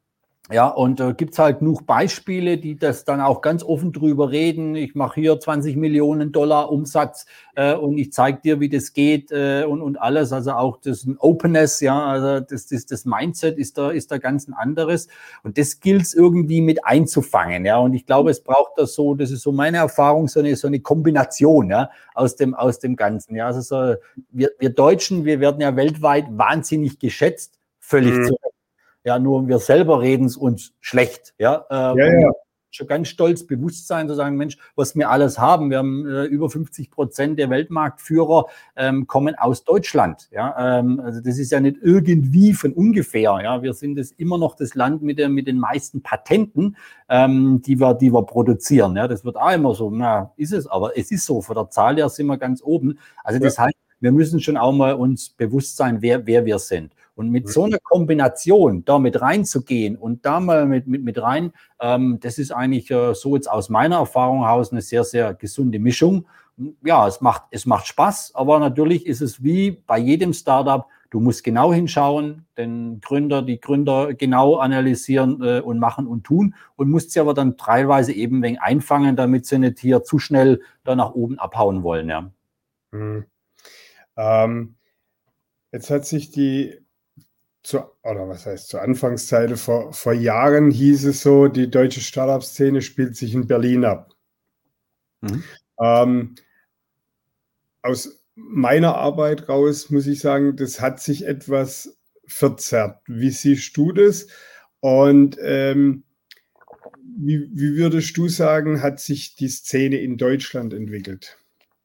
Ja, und äh, gibt's halt genug Beispiele, die das dann auch ganz offen drüber reden. Ich mache hier zwanzig Millionen Dollar Umsatz äh, und ich zeige dir, wie das geht äh, und, und alles. Also auch das Openness, ja, also das, das, das Mindset ist da, ist da ganz ein anderes. Und das gilt irgendwie mit einzufangen, ja. Und ich glaube, es braucht da so, das ist so meine Erfahrung, so eine, so eine Kombination, ja, aus dem, aus dem Ganzen. Ja, also so, wir, wir Deutschen, wir werden ja weltweit wahnsinnig geschätzt, völlig mhm. zu Ja, nur wir selber reden es uns schlecht. Ja, ähm, ja, ja. schon ganz stolz bewusst sein, zu sagen, Mensch, was wir alles haben. Wir haben äh, über fünfzig Prozent der Weltmarktführer ähm, kommen aus Deutschland. Ja, ähm, also das ist ja nicht irgendwie von ungefähr. Ja, wir sind es immer noch das Land mit, der, mit den meisten Patenten, ähm, die wir, die wir produzieren. Ja, das wird auch immer so. Na, ist es, aber es ist so. Von der Zahl her sind wir ganz oben. Also das ja. heißt, wir müssen schon auch mal uns bewusst sein, wer, wer wir sind. Und mit so einer Kombination da mit reinzugehen und da mal mit, mit, mit rein, ähm, das ist eigentlich äh, so jetzt aus meiner Erfahrung heraus eine sehr, sehr gesunde Mischung. Ja, es macht, es macht Spaß, aber natürlich ist es wie bei jedem Startup, du musst genau hinschauen, den Gründer, die Gründer genau analysieren äh, und machen und tun und musst sie aber dann teilweise eben ein wenig einfangen, damit sie nicht hier zu schnell da nach oben abhauen wollen. Ja. Mhm. Ähm, jetzt hat sich die Zu, oder was heißt zur Anfangszeit, vor, vor Jahren hieß es so, die deutsche Startup-Szene spielt sich in Berlin ab. Mhm. Ähm, aus meiner Arbeit raus muss ich sagen, das hat sich etwas verzerrt. Wie siehst du das? Und ähm, wie, wie würdest du sagen, hat sich die Szene in Deutschland entwickelt?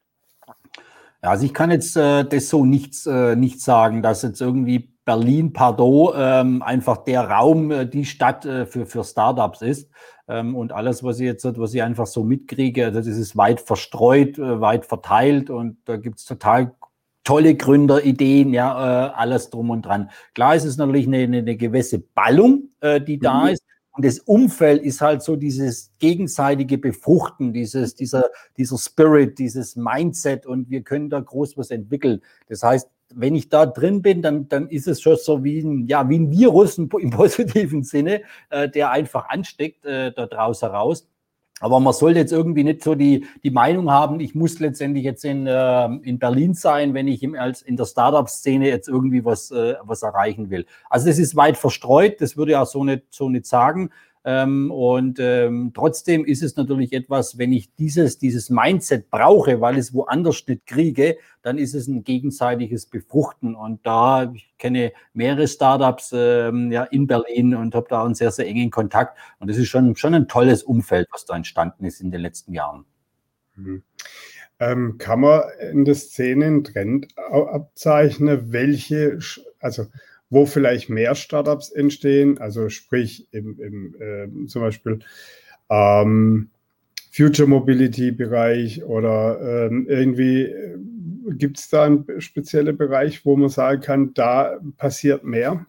Ja, also ich kann jetzt äh, das so nichts äh, nicht sagen, dass jetzt irgendwie Berlin, pardon, ähm, einfach der Raum, äh, die Stadt äh, für, für Startups ist. Ähm, und alles, was ich jetzt, was ich einfach so mitkriege, das ist weit verstreut, äh, weit verteilt und da gibt's total tolle Gründerideen, ja, äh, alles drum und dran. Klar ist es natürlich eine, eine, eine gewisse Ballung, äh, die da mhm. ist. Und das Umfeld ist halt so dieses gegenseitige Befruchten, dieses, dieser, dieser Spirit, dieses Mindset und wir können da groß was entwickeln. Das heißt, wenn ich da drin bin, dann, dann ist es schon so wie ein, ja, wie ein Virus im positiven Sinne, äh, der einfach ansteckt äh, da draus heraus. Aber man sollte jetzt irgendwie nicht so die, die Meinung haben, ich muss letztendlich jetzt in, äh, in Berlin sein, wenn ich im, als in der Startup-Szene jetzt irgendwie was, äh, was erreichen will. Also das ist weit verstreut, das würde ich auch so nicht, so nicht sagen. Ähm, und ähm, trotzdem ist es natürlich etwas, wenn ich dieses, dieses Mindset brauche, weil ich es woanders nicht kriege, dann ist es ein gegenseitiges Befruchten. Und da, ich kenne mehrere Startups ähm, ja, in Berlin und habe da einen sehr, sehr engen Kontakt. Und das ist schon, schon ein tolles Umfeld, was da entstanden ist in den letzten Jahren. Mhm. Ähm, kann man in der Szene einen Trend abzeichnen, welche, also wo vielleicht mehr Startups entstehen, also sprich im, im äh, zum Beispiel ähm, Future Mobility Bereich oder ähm, irgendwie äh, gibt es da einen speziellen Bereich, wo man sagen kann, da passiert mehr?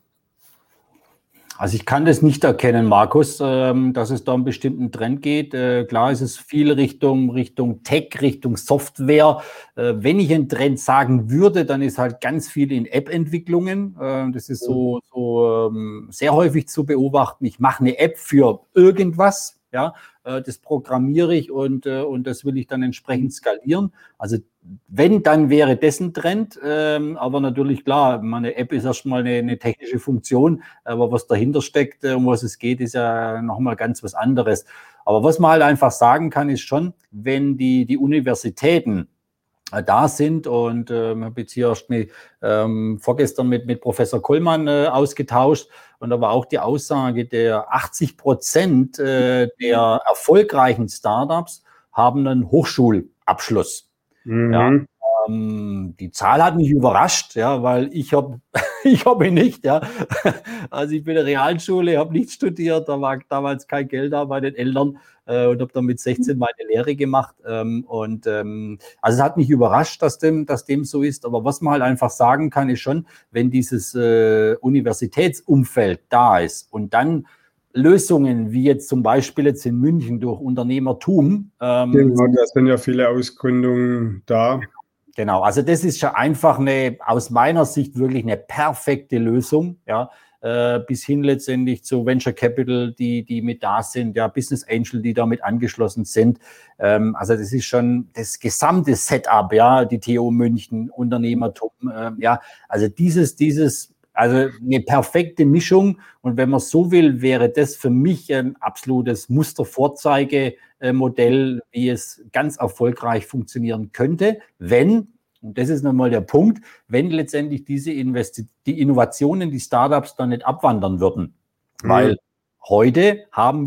Also ich kann das nicht erkennen, Markus, ähm, dass es da einen bestimmten Trend geht. Äh, klar ist es viel Richtung, Richtung Tech, Richtung Software. Äh, wenn ich einen Trend sagen würde, dann ist halt ganz viel in App-Entwicklungen. Äh, das ist so, so ähm, sehr häufig zu beobachten. Ich mache eine App für irgendwas. Ja, äh, das programmiere ich und, äh, und das will ich dann entsprechend skalieren. Also wenn, dann wäre das ein Trend. Ähm, aber natürlich, klar, meine App ist erstmal eine, eine technische Funktion, aber was dahinter steckt, um was es geht, ist ja nochmal ganz was anderes. Aber was man halt einfach sagen kann, ist schon, wenn die, die Universitäten da sind und äh, ich habe jetzt hier erst mit, ähm, vorgestern mit, mit Professor Kollmann äh, ausgetauscht und da war auch die Aussage, der achtzig Prozent äh, der erfolgreichen Startups haben einen Hochschulabschluss. Mhm. Ja, ähm, die Zahl hat mich überrascht, ja, weil ich habe ich habe ihn nicht, ja. Also ich bin in der Realschule, habe nicht studiert, da war damals kein Geld da bei den Eltern äh, und habe dann mit sechzehn meine Lehre gemacht. Ähm, und ähm, also es hat mich überrascht, dass dem, dass dem so ist. Aber was man halt einfach sagen kann, ist schon, wenn dieses äh, Universitätsumfeld da ist und dann Lösungen wie jetzt zum Beispiel jetzt in München durch Unternehmertum. Ähm, genau, da sind ja viele Ausgründungen da. Genau, also das ist schon einfach eine, aus meiner Sicht wirklich eine perfekte Lösung, ja, äh, bis hin letztendlich zu Venture Capital, die, die mit da sind, ja, Business Angel, die damit angeschlossen sind. Ähm, also das ist schon das gesamte Setup, ja, die T U München, Unternehmertum, äh, ja, also dieses, dieses, also eine perfekte Mischung. Und wenn man so will, wäre das für mich ein absolutes Mustervorzeigemodell, wie es ganz erfolgreich funktionieren könnte, wenn, und das ist nochmal der Punkt, wenn letztendlich diese Investi- die Innovationen, die Startups dann nicht abwandern würden. Mhm. Weil heute haben wir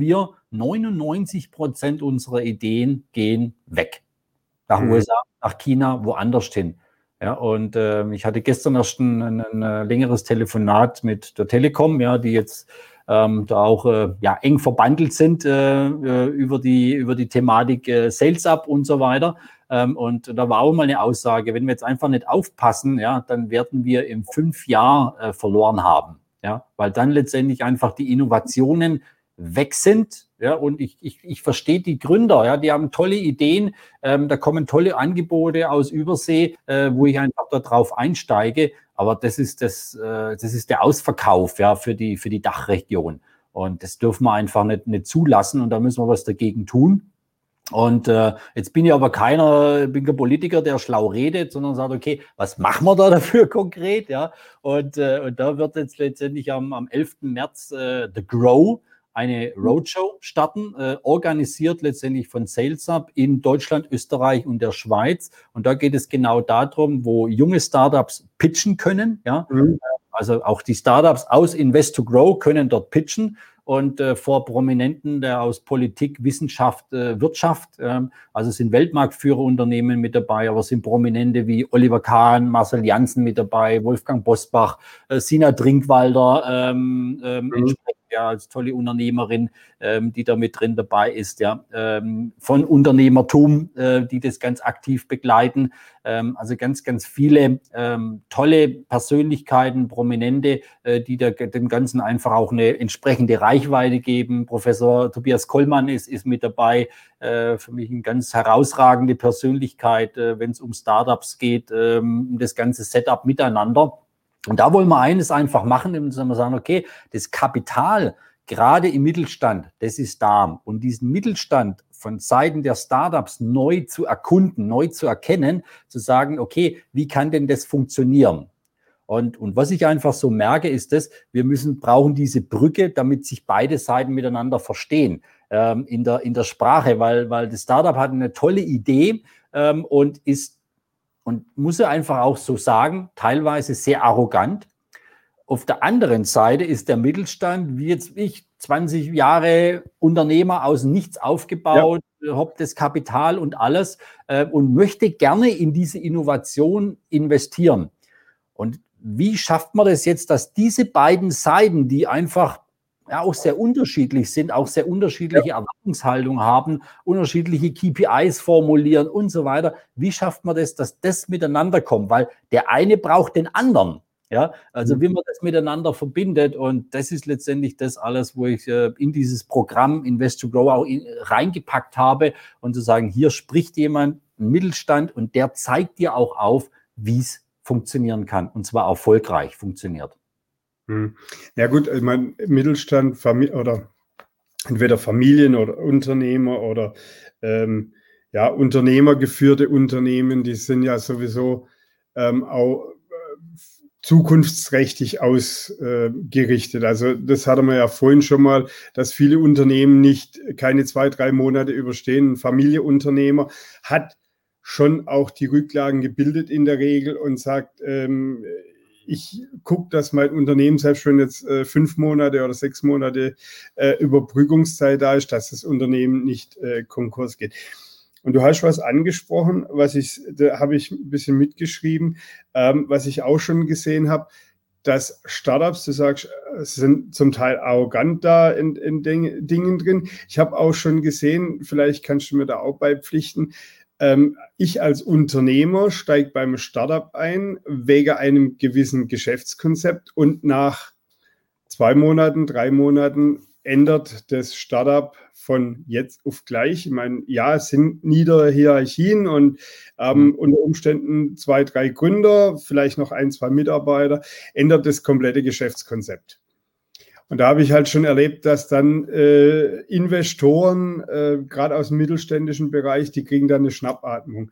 neunundneunzig Prozent unserer Ideen gehen weg. Nach Mhm. U S A, nach China, woanders hin. Ja, und äh, ich hatte gestern erst ein, ein, ein längeres Telefonat mit der Telekom, ja, die jetzt ähm, da auch äh, ja, eng verbandelt sind äh, über, die, über die Thematik äh, Sales Up und so weiter. Ähm, und da war auch mal eine Aussage, wenn wir jetzt einfach nicht aufpassen, ja, dann werden wir im fünf Jahr äh, verloren haben. Ja, weil dann letztendlich einfach die Innovationen weg sind. Ja, und ich, ich, ich verstehe die Gründer, ja, die haben tolle Ideen, ähm, da kommen tolle Angebote aus Übersee, äh, wo ich einfach darauf einsteige. Aber das ist das, äh, das ist der Ausverkauf, ja, für die, für die Dachregion. Und das dürfen wir einfach nicht, nicht zulassen. Und da müssen wir was dagegen tun. Und äh, jetzt bin ich aber keiner, bin kein Politiker, der schlau redet, sondern sagt, okay, was machen wir da dafür konkret? Ja, und, äh, und da wird jetzt letztendlich am, am elften März äh, The Grow, eine Roadshow starten, äh, organisiert letztendlich von Sales Up in Deutschland, Österreich und der Schweiz. Und da geht es genau darum, wo junge Startups pitchen können. Ja? Mhm. Also auch die Startups aus Invest to Grow können dort pitchen. Und äh, vor Prominenten der aus Politik, Wissenschaft, äh, Wirtschaft. Ähm, also es sind Weltmarktführerunternehmen mit dabei, aber es sind Prominente wie Oliver Kahn, Marcel Janssen mit dabei, Wolfgang Bosbach, äh, Sina Trinkwalder, ähm, ähm, mhm. entsprechend ja als tolle Unternehmerin, ähm, die da mit drin dabei ist, ja, ähm, von Unternehmertum, äh, die das ganz aktiv begleiten. Ähm, also ganz, ganz viele ähm, tolle Persönlichkeiten, Prominente, äh, die da, dem Ganzen einfach auch eine entsprechende Reichweite geben. Professor Tobias Kollmann ist, ist mit dabei, äh, für mich eine ganz herausragende Persönlichkeit, äh, wenn es um Startups geht, ähm, um das ganze Setup miteinander. Und da wollen wir eines einfach machen, indem wir sagen, okay, das Kapital, gerade im Mittelstand, das ist da. Und diesen Mittelstand von Seiten der Startups neu zu erkunden, neu zu erkennen, zu sagen, okay, wie kann denn das funktionieren? Und, und was ich einfach so merke, ist das, wir müssen, brauchen diese Brücke, damit sich beide Seiten miteinander verstehen ähm, in, der, in der Sprache, weil, weil das Startup hat eine tolle Idee ähm, und ist, und muss er einfach auch so sagen, teilweise sehr arrogant. Auf der anderen Seite ist der Mittelstand, wie jetzt ich, zwanzig Jahre Unternehmer aus nichts aufgebaut, ja. habe das Kapital und alles äh, und möchte gerne in diese Innovation investieren. Und wie schafft man das jetzt, dass diese beiden Seiten, die einfach ja auch sehr unterschiedlich sind, auch sehr unterschiedliche ja. Erwartungshaltung haben, unterschiedliche K P Is formulieren und so weiter. Wie schafft man das, dass das miteinander kommt? Weil der eine braucht den anderen. Ja, also wie man das miteinander verbindet, und das ist letztendlich das alles, wo ich äh, in dieses Programm Invest to Grow auch in, reingepackt habe, und zu sagen, hier spricht jemand, ein Mittelstand, und der zeigt dir auch auf, wie es funktionieren kann, und zwar erfolgreich funktioniert. Hm. Ja gut, ich meine, Mittelstand, Familie oder entweder Familien oder Unternehmer oder ähm, ja, unternehmergeführte Unternehmen, die sind ja sowieso ähm, auch äh, zukunftsträchtig ausgerichtet. Äh, also das hatten wir ja vorhin schon mal, dass viele Unternehmen nicht keine zwei, drei Monate überstehen. Ein Familienunternehmer hat schon auch die Rücklagen gebildet in der Regel und sagt, ähm, ich gucke, dass mein Unternehmen, selbst wenn jetzt äh, fünf Monate oder sechs Monate äh, Überbrückungszeit da ist, dass das Unternehmen nicht äh, Konkurs geht. Und du hast was angesprochen, was ich, da habe ich ein bisschen mitgeschrieben, ähm, was ich auch schon gesehen habe, dass Startups, du sagst, sind zum Teil arrogant da in, in Ding, Dingen drin. Ich habe auch schon gesehen, vielleicht kannst du mir da auch beipflichten, Ähm, ich als Unternehmer steige beim Startup ein, wegen einem gewissen Geschäftskonzept, und nach zwei Monaten, drei Monaten ändert das Startup von jetzt auf gleich. Ich meine, ja, es sind niedere Hierarchien und ähm, mhm. unter Umständen zwei, drei Gründer, vielleicht noch ein, zwei Mitarbeiter, ändert das komplette Geschäftskonzept. Und da habe ich halt schon erlebt, dass dann äh, Investoren, äh, gerade aus dem mittelständischen Bereich, die kriegen dann eine Schnappatmung.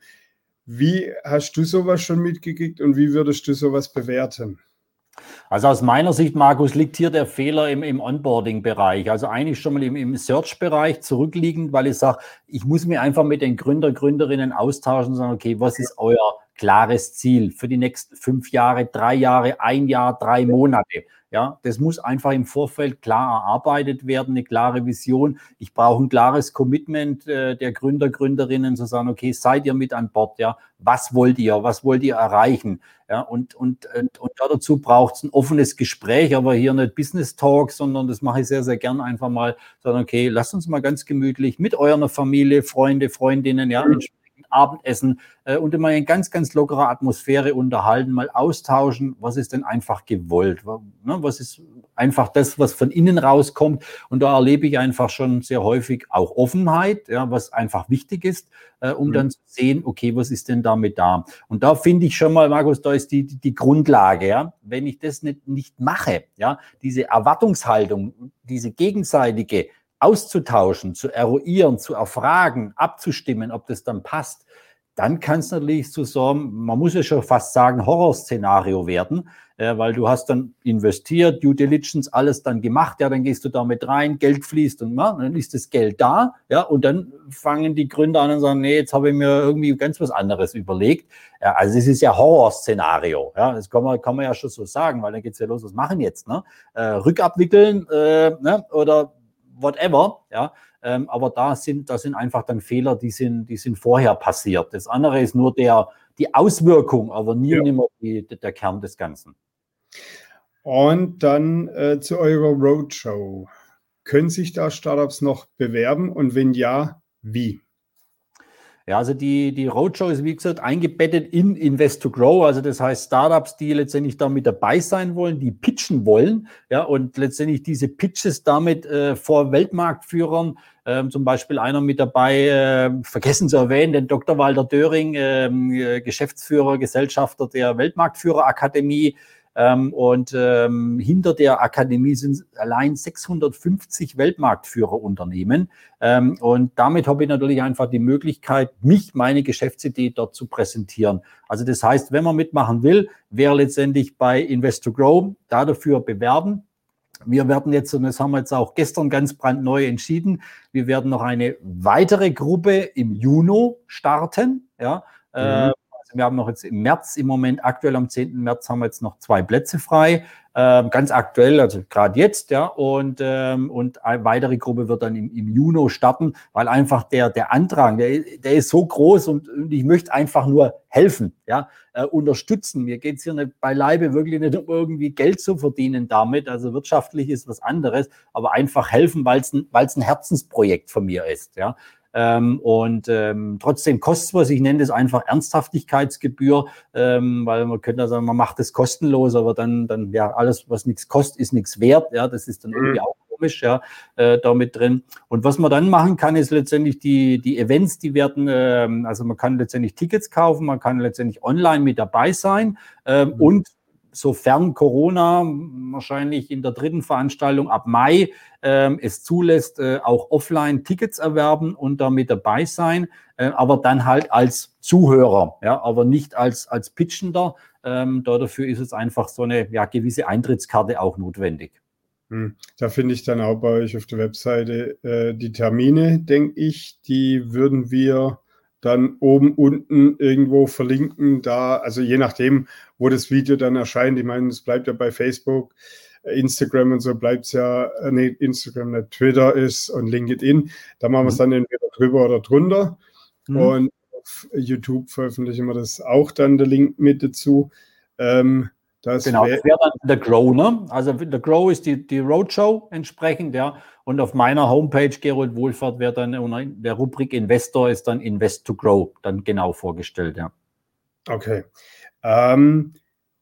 Wie hast du sowas schon mitgekriegt und wie würdest du sowas bewerten? Also aus meiner Sicht, Markus, liegt hier der Fehler im, im Onboarding-Bereich. Also eigentlich schon mal im, im Search-Bereich zurückliegend, weil ich sage, ich muss mir einfach mit den Gründer, Gründerinnen austauschen und sagen, okay, was ist euer klares Ziel für die nächsten fünf Jahre, drei Jahre, ein Jahr, drei Monate. Ja, das muss einfach im Vorfeld klar erarbeitet werden, eine klare Vision. Ich brauche ein klares Commitment äh, der Gründer, Gründerinnen, zu sagen, okay, seid ihr mit an Bord? Ja, was wollt ihr? Was wollt ihr erreichen? Ja, und, und, und, und dazu braucht es ein offenes Gespräch, aber hier nicht Business Talk, sondern das mache ich sehr, sehr gern einfach mal, sagen, okay, lasst uns mal ganz gemütlich mit eurer Familie, Freunde, Freundinnen, ja, entsprechend Abendessen äh, und immer in ganz, ganz lockerer Atmosphäre unterhalten, mal austauschen, was ist denn einfach gewollt, ne, was ist einfach das, was von innen rauskommt, und da erlebe ich einfach schon sehr häufig auch Offenheit, ja, was einfach wichtig ist, äh, um mhm. dann zu sehen, okay, was ist denn damit da? Und da finde ich schon mal, Markus, da ist die, die, die Grundlage, ja, wenn ich das nicht, nicht mache, ja, diese Erwartungshaltung, diese gegenseitige auszutauschen, zu eruieren, zu erfragen, abzustimmen, ob das dann passt, dann kann es natürlich zu so einem, man muss ja schon fast sagen, Horrorszenario werden, äh, weil du hast dann investiert, Due Diligence, alles dann gemacht, ja, dann gehst du damit rein, Geld fließt und ja, dann ist das Geld da, ja, und dann fangen die Gründer an und sagen, nee, jetzt habe ich mir irgendwie ganz was anderes überlegt. Ja, also es ist ja Horrorszenario, ja, das kann man, kann man ja schon so sagen, weil dann geht's ja los, was machen jetzt, ne? Äh, rückabwickeln, äh, ne? Oder whatever, ja, ähm, aber da sind, da sind einfach dann Fehler, die sind, die sind vorher passiert. Das andere ist nur der, die Auswirkung, aber nie ja. und nimmer die, der Kern des Ganzen. Und dann äh, zu eurer Roadshow. Können sich da Startups noch bewerben und wenn ja, wie? Ja, also die, die Roadshow ist, wie gesagt, eingebettet in Invest to Grow. Also das heißt Startups, die letztendlich da mit dabei sein wollen, die pitchen wollen, ja, und letztendlich diese Pitches damit äh, vor Weltmarktführern, ähm, zum Beispiel einer mit dabei, äh, vergessen zu erwähnen, den Doktor Walter Döring, äh, Geschäftsführer, Gesellschafter der Weltmarktführerakademie. Ähm, und ähm, hinter der Akademie sind allein sechshundertfünfzig Weltmarktführerunternehmen. Ähm, und damit habe ich natürlich einfach die Möglichkeit, mich, meine Geschäftsidee dort zu präsentieren. Also das heißt, wenn man mitmachen will, wäre letztendlich bei Invest to Grow da dafür bewerben. Wir werden jetzt, und das haben wir jetzt auch gestern ganz brandneu entschieden, wir werden noch eine weitere Gruppe im Juni starten, ja. Mhm. Äh, Wir haben noch jetzt im März, im Moment aktuell am zehnten März haben wir jetzt noch zwei Plätze frei, ähm, ganz aktuell, also gerade jetzt, ja, und, ähm, und eine weitere Gruppe wird dann im, im Juni starten, weil einfach der, der Andrang, der, der ist so groß und, und ich möchte einfach nur helfen, ja, äh, unterstützen. Mir geht es hier nicht beileibe wirklich nicht um irgendwie Geld zu verdienen damit, also wirtschaftlich ist was anderes, aber einfach helfen, weil es ein, weil es ein Herzensprojekt von mir ist, ja. Ähm, und ähm, trotzdem kostet es was, ich nenne das einfach Ernsthaftigkeitsgebühr, ähm, weil man könnte ja sagen, man macht das kostenlos, aber dann, dann ja, alles, was nichts kostet, ist nichts wert, ja, das ist dann irgendwie auch komisch, ja, äh, da mit drin. Und was man dann machen kann, ist letztendlich die, die Events, die werden, ähm, also man kann letztendlich Tickets kaufen, man kann letztendlich online mit dabei sein ähm, mhm. und sofern Corona wahrscheinlich in der dritten Veranstaltung ab Mai ähm, es zulässt, äh, auch offline Tickets erwerben und da mit dabei sein, äh, aber dann halt als Zuhörer, ja, aber nicht als, als Pitchender. Ähm, da dafür ist es einfach so eine ja, gewisse Eintrittskarte auch notwendig. Hm. Da finde ich dann auch bei euch auf der Webseite äh, die Termine, denke ich, die würden wir dann oben, unten irgendwo verlinken, da, also je nachdem, wo das Video dann erscheint. Ich meine, es bleibt ja bei Facebook, Instagram und so bleibt es ja, nee, Instagram, nicht Twitter ist und LinkedIn. Da machen wir es dann entweder drüber oder drunter. Mhm. Und auf YouTube veröffentlichen wir das auch dann, der Link mit dazu. Ähm, Das genau, das wäre dann der Grow, ne? Also der Grow ist die, die Roadshow entsprechend, ja. Und auf meiner Homepage, Gerold Wohlfahrt, wäre dann unter der Rubrik Investor ist dann Invest to Grow dann genau vorgestellt, ja. Okay. Ähm,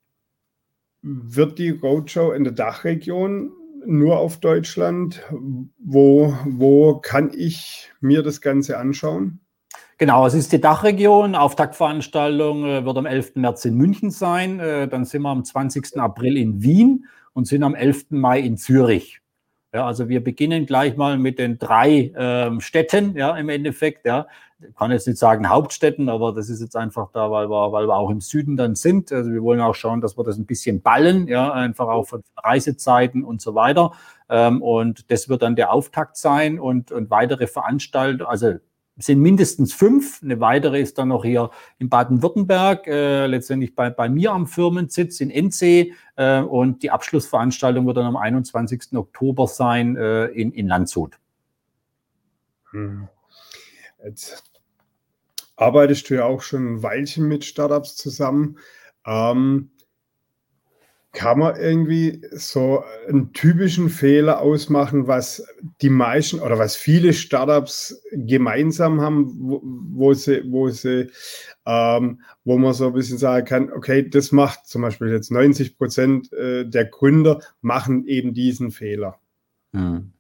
wird die Roadshow in der Dachregion nur auf Deutschland? Wo, wo kann ich mir das Ganze anschauen? Genau, es ist die Dachregion. Auftaktveranstaltung äh, wird am elften März in München sein. Äh, dann sind wir am zwanzigsten April in Wien und sind am elften Mai in Zürich. Ja, also wir beginnen gleich mal mit den drei ähm, Städten, ja, im Endeffekt, ja. Ich kann jetzt nicht sagen Hauptstädten, aber das ist jetzt einfach da, weil wir, weil wir auch im Süden dann sind. Also wir wollen auch schauen, dass wir das ein bisschen ballen, ja, einfach auch von Reisezeiten und so weiter. Ähm, und das wird dann der Auftakt sein und, und weitere Veranstaltungen, also sind mindestens fünf. Eine weitere ist dann noch hier in Baden-Württemberg, äh, letztendlich bei, bei mir am Firmensitz in Ennsee. Äh, und die Abschlussveranstaltung wird dann am einundzwanzigsten Oktober sein äh, in, in Landshut. Hm. Jetzt arbeitest du ja auch schon ein Weilchen mit Startups zusammen. Ähm, kann man irgendwie so einen typischen Fehler ausmachen, was die meisten oder was viele Startups gemeinsam haben, wo, wo sie, wo sie, ähm, wo man so ein bisschen sagen kann, okay, das macht zum Beispiel jetzt neunzig Prozent äh, der Gründer machen eben diesen Fehler. Hm.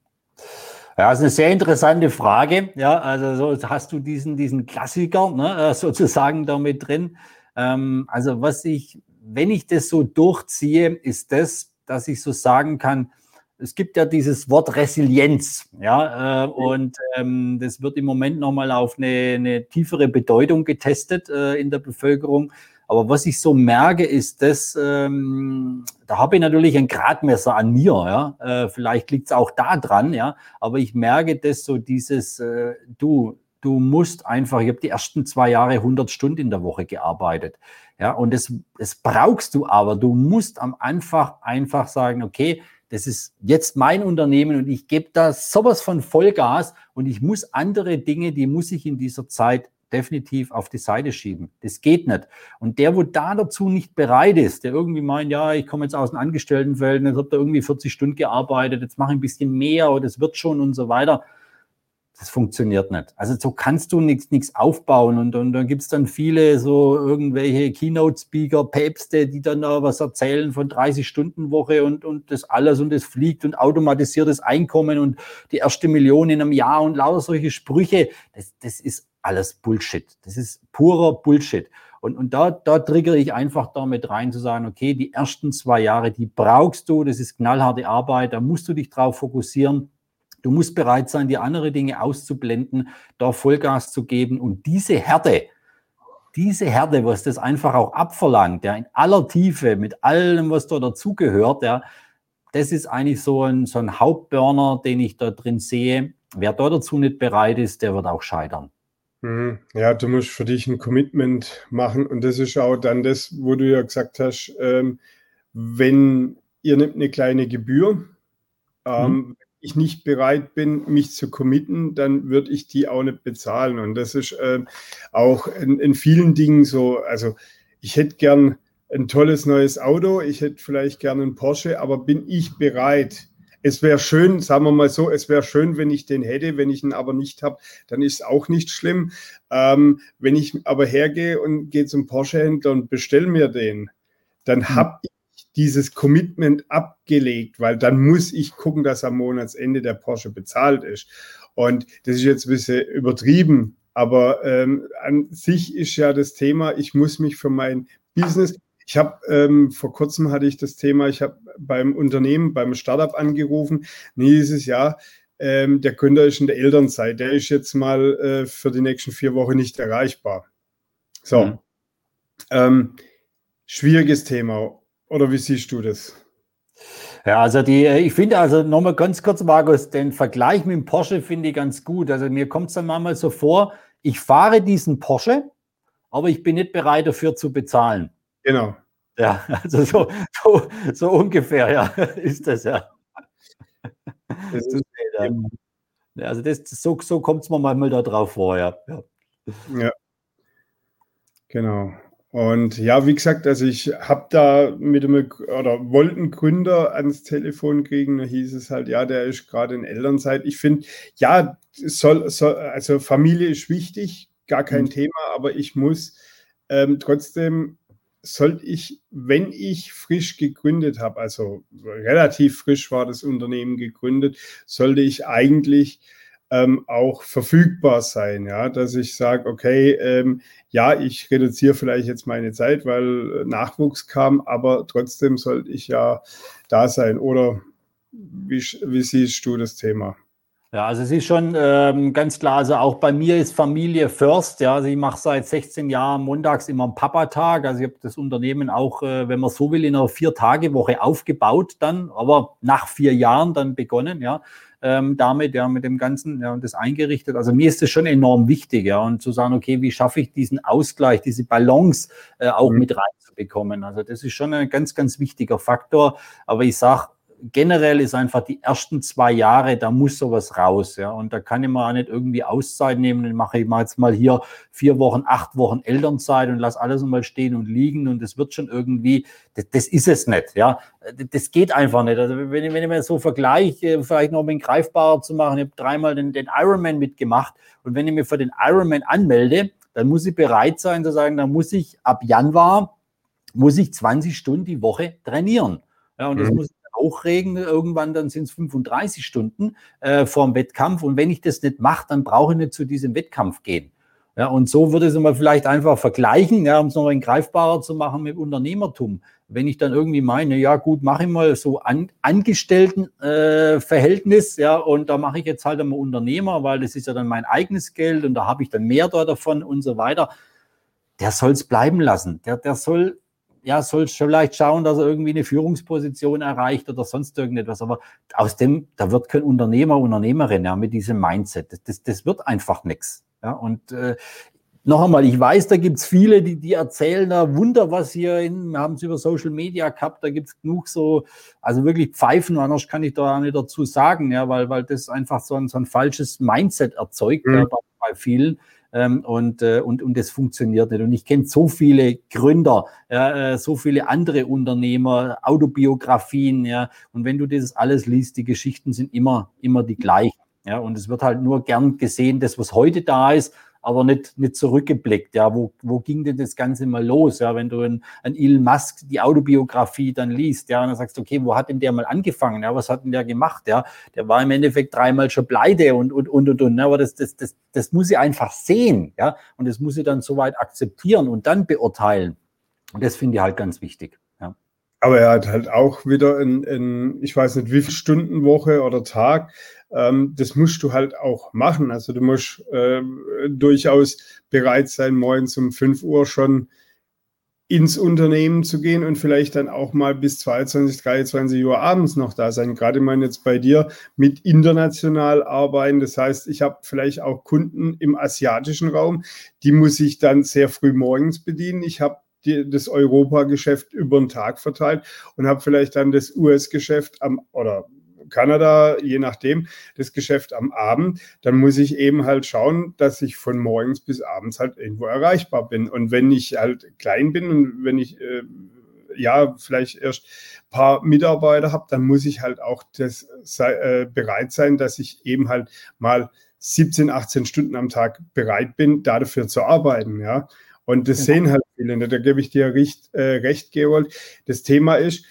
Ja, das ist eine sehr interessante Frage. Ja, also so hast du diesen, diesen Klassiker, ne, sozusagen da mit drin. Ähm, also was ich, wenn ich das so durchziehe, ist das, dass ich so sagen kann, es gibt ja dieses Wort Resilienz, ja, äh, und ähm, das wird im Moment nochmal auf eine, eine tiefere Bedeutung getestet äh, in der Bevölkerung. Aber was ich so merke, ist das, ähm, da habe ich natürlich ein Gradmesser an mir, ja. Äh, vielleicht liegt es auch da dran, ja. Aber ich merke, dass so dieses, äh, du, du musst einfach, ich habe die ersten zwei Jahre hundert Stunden in der Woche gearbeitet, ja. Und das, das brauchst du aber. Du musst am Anfang einfach sagen, okay, das ist jetzt mein Unternehmen und ich gebe da sowas von Vollgas und ich muss andere Dinge, die muss ich in dieser Zeit definitiv auf die Seite schieben. Das geht nicht. Und der, wo da dazu nicht bereit ist, der irgendwie meint, ja, ich komme jetzt aus dem Angestelltenfeld, jetzt habe da irgendwie vierzig Stunden gearbeitet, jetzt mache ich ein bisschen mehr oder das wird schon und so weiter. Das funktioniert nicht. Also so kannst du nichts nichts aufbauen und, und dann gibt es dann viele so irgendwelche Keynote-Speaker, Päpste, die dann da was erzählen von dreißig-Stunden-Woche und, und das alles und das fliegt und automatisiertes Einkommen und die erste Million in einem Jahr und lauter solche Sprüche. Das, das ist alles Bullshit. Das ist purer Bullshit. Und, und da, da triggere ich einfach damit rein zu sagen, okay, die ersten zwei Jahre, die brauchst du, das ist knallharte Arbeit, da musst du dich drauf fokussieren. Du musst bereit sein, die andere Dinge auszublenden, da Vollgas zu geben und diese Härte, diese Härte, was das einfach auch abverlangt, ja, in aller Tiefe, mit allem, was da dazugehört, ja, das ist eigentlich so ein, so ein Hauptburner, den ich da drin sehe. Wer da dazu nicht bereit ist, der wird auch scheitern. Ja, du musst für dich ein Commitment machen und das ist auch dann das, wo du ja gesagt hast, ähm, wenn ihr nehmt eine kleine Gebühr, ähm, Mhm. wenn ich nicht bereit bin, mich zu committen, dann würde ich die auch nicht bezahlen und das ist ähm, auch in, in vielen Dingen so, also ich hätte gern ein tolles neues Auto, ich hätte vielleicht gern einen Porsche, aber bin ich bereit? Es wäre schön, sagen wir mal so, es wäre schön, wenn ich den hätte, wenn ich ihn aber nicht habe, dann ist es auch nicht schlimm. Ähm, wenn ich aber hergehe und gehe zum Porsche-Händler und bestelle mir den, dann Mhm. habe ich dieses Commitment abgelegt, weil dann muss ich gucken, dass am Monatsende der Porsche bezahlt ist. Und das ist jetzt ein bisschen übertrieben, aber ähm, an sich ist ja das Thema, ich muss mich für mein Business, ich habe ähm, vor kurzem hatte ich das Thema, ich habe beim Unternehmen, beim Startup angerufen, nee, dieses Jahr, ähm, der Gründer ist in der Elternzeit, der ist jetzt mal äh, für die nächsten vier Wochen nicht erreichbar. So, Mhm. ähm, schwieriges Thema. Oder wie siehst du das? Ja, also die, ich finde also nochmal ganz kurz, Markus, den Vergleich mit dem Porsche finde ich ganz gut. Also mir kommt es dann manchmal so vor, ich fahre diesen Porsche, aber ich bin nicht bereit dafür zu bezahlen. Genau. Ja, also so, so, so ungefähr, ja, ist das ja. Das Zu ist, sehen, ja. Also das, so, so kommt es mir manchmal da drauf vor, ja. Ja. ja, genau. Und ja, wie gesagt, also ich habe da mit einem oder wollte einen Gründer ans Telefon kriegen, da hieß es halt, ja, der ist gerade in Elternzeit. Ich finde, ja, soll, soll, also Familie ist wichtig, gar kein Mhm. Thema, aber ich muss ähm, trotzdem, sollte ich, wenn ich frisch gegründet habe, also relativ frisch war das Unternehmen gegründet, sollte ich eigentlich ähm, auch verfügbar sein, ja, dass ich sage, okay, ähm, ja, ich reduziere vielleicht jetzt meine Zeit, weil Nachwuchs kam, aber trotzdem sollte ich ja da sein. Oder wie, wie siehst du das Thema? Ja, also es ist schon ähm, ganz klar, also auch bei mir ist Familie first, ja, also ich mache seit sechzehn Jahren montags immer einen Papa-Tag, also ich habe das Unternehmen auch, äh, wenn man so will, in einer Vier-Tage-Woche aufgebaut dann, aber nach vier Jahren dann begonnen, ja, ähm, damit, ja, mit dem Ganzen, ja, und das eingerichtet, also mir ist das schon enorm wichtig, ja, und zu sagen, okay, wie schaffe ich diesen Ausgleich, diese Balance äh, auch Mhm. mit reinzubekommen, also das ist schon ein ganz, ganz wichtiger Faktor, aber ich sage, generell ist einfach die ersten zwei Jahre, da muss sowas raus, ja, und da kann ich mir auch nicht irgendwie Auszeit nehmen, dann mache ich mal jetzt mal hier vier Wochen, acht Wochen Elternzeit und lasse alles mal stehen und liegen und das wird schon irgendwie, das, das ist es nicht, ja, das geht einfach nicht, also wenn ich, wenn ich mir so vergleiche, vielleicht noch ein bisschen greifbarer zu machen, ich habe dreimal den, den Ironman mitgemacht und wenn ich mich für den Ironman anmelde, dann muss ich bereit sein zu sagen, dann muss ich ab Januar, muss ich zwanzig Stunden die Woche trainieren, ja, und das Mhm. muss hochregen, irgendwann dann sind es fünfunddreißig Stunden äh, vor dem Wettkampf und wenn ich das nicht mache, dann brauche ich nicht zu diesem Wettkampf gehen. Ja, und so würde ich es mal vielleicht einfach vergleichen, ja, um es noch ein greifbarer zu machen mit Unternehmertum. Wenn ich dann irgendwie meine, ja gut, mache ich mal so an, Angestelltenverhältnis, äh, ja, und da mache ich jetzt halt einmal Unternehmer, weil das ist ja dann mein eigenes Geld und da habe ich dann mehr da davon und so weiter. Der soll es bleiben lassen. Der, der soll ja, soll vielleicht schauen, dass er irgendwie eine Führungsposition erreicht oder sonst irgendetwas. Aber aus dem, da wird kein Unternehmer, Unternehmerin, ja, mit diesem Mindset. Das, das, das wird einfach nichts. Ja, und äh, noch einmal, ich weiß, da gibt es viele, die, die erzählen da Wunder, was hier in, wir haben es über Social Media gehabt, da gibt es genug so, also wirklich Pfeifen, anders kann ich da nicht dazu sagen, ja, weil, weil das einfach so ein, so ein falsches Mindset erzeugt, Mhm. ja, bei, bei vielen. Ähm, und, äh, und, und das funktioniert nicht. Und ich kenne so viele Gründer, ja, äh, so viele andere Unternehmer, Autobiografien, ja, und wenn du das alles liest, die Geschichten sind immer, immer die gleichen. Ja, und es wird halt nur gern gesehen, das, was heute da ist, aber nicht, nicht zurückgeblickt. Ja, wo, wo ging denn das Ganze mal los? Ja, wenn du an, an Elon Musk die Autobiografie dann liest, ja, und dann sagst du, okay, wo hat denn der mal angefangen? Ja, was hat denn der gemacht? Ja, der war im Endeffekt dreimal schon pleite und, und, und, und, und. Aber das, das, das, das muss ich einfach sehen, ja, und das muss ich dann soweit akzeptieren und dann beurteilen. Und das finde ich halt ganz wichtig. Ja. Aber er hat halt auch wieder in, in, ich weiß nicht, wie viel Stunden Woche oder Tag. Ähm, das musst du halt auch machen. Also du musst äh, durchaus bereit sein, morgens um fünf Uhr schon ins Unternehmen zu gehen und vielleicht dann auch mal bis zweiundzwanzig, dreiundzwanzig Uhr abends noch da sein. Gerade ich meine jetzt bei dir mit international arbeiten. Das heißt, ich habe vielleicht auch Kunden im asiatischen Raum, die muss ich dann sehr früh morgens bedienen. Ich habe die, das Europa-Geschäft über den Tag verteilt und habe vielleicht dann das U S-Geschäft am oder Kanada, je nachdem, das Geschäft am Abend, dann muss ich eben halt schauen, dass ich von morgens bis abends halt irgendwo erreichbar bin. Und wenn ich halt klein bin und wenn ich äh, ja vielleicht erst ein paar Mitarbeiter habe, dann muss ich halt auch das, äh, bereit sein, dass ich eben halt mal siebzehn, achtzehn Stunden am Tag bereit bin, dafür zu arbeiten, ja. Und das Genau. sehen halt viele nicht. Da gebe ich dir recht, äh, recht, Gerold. Das Thema ist,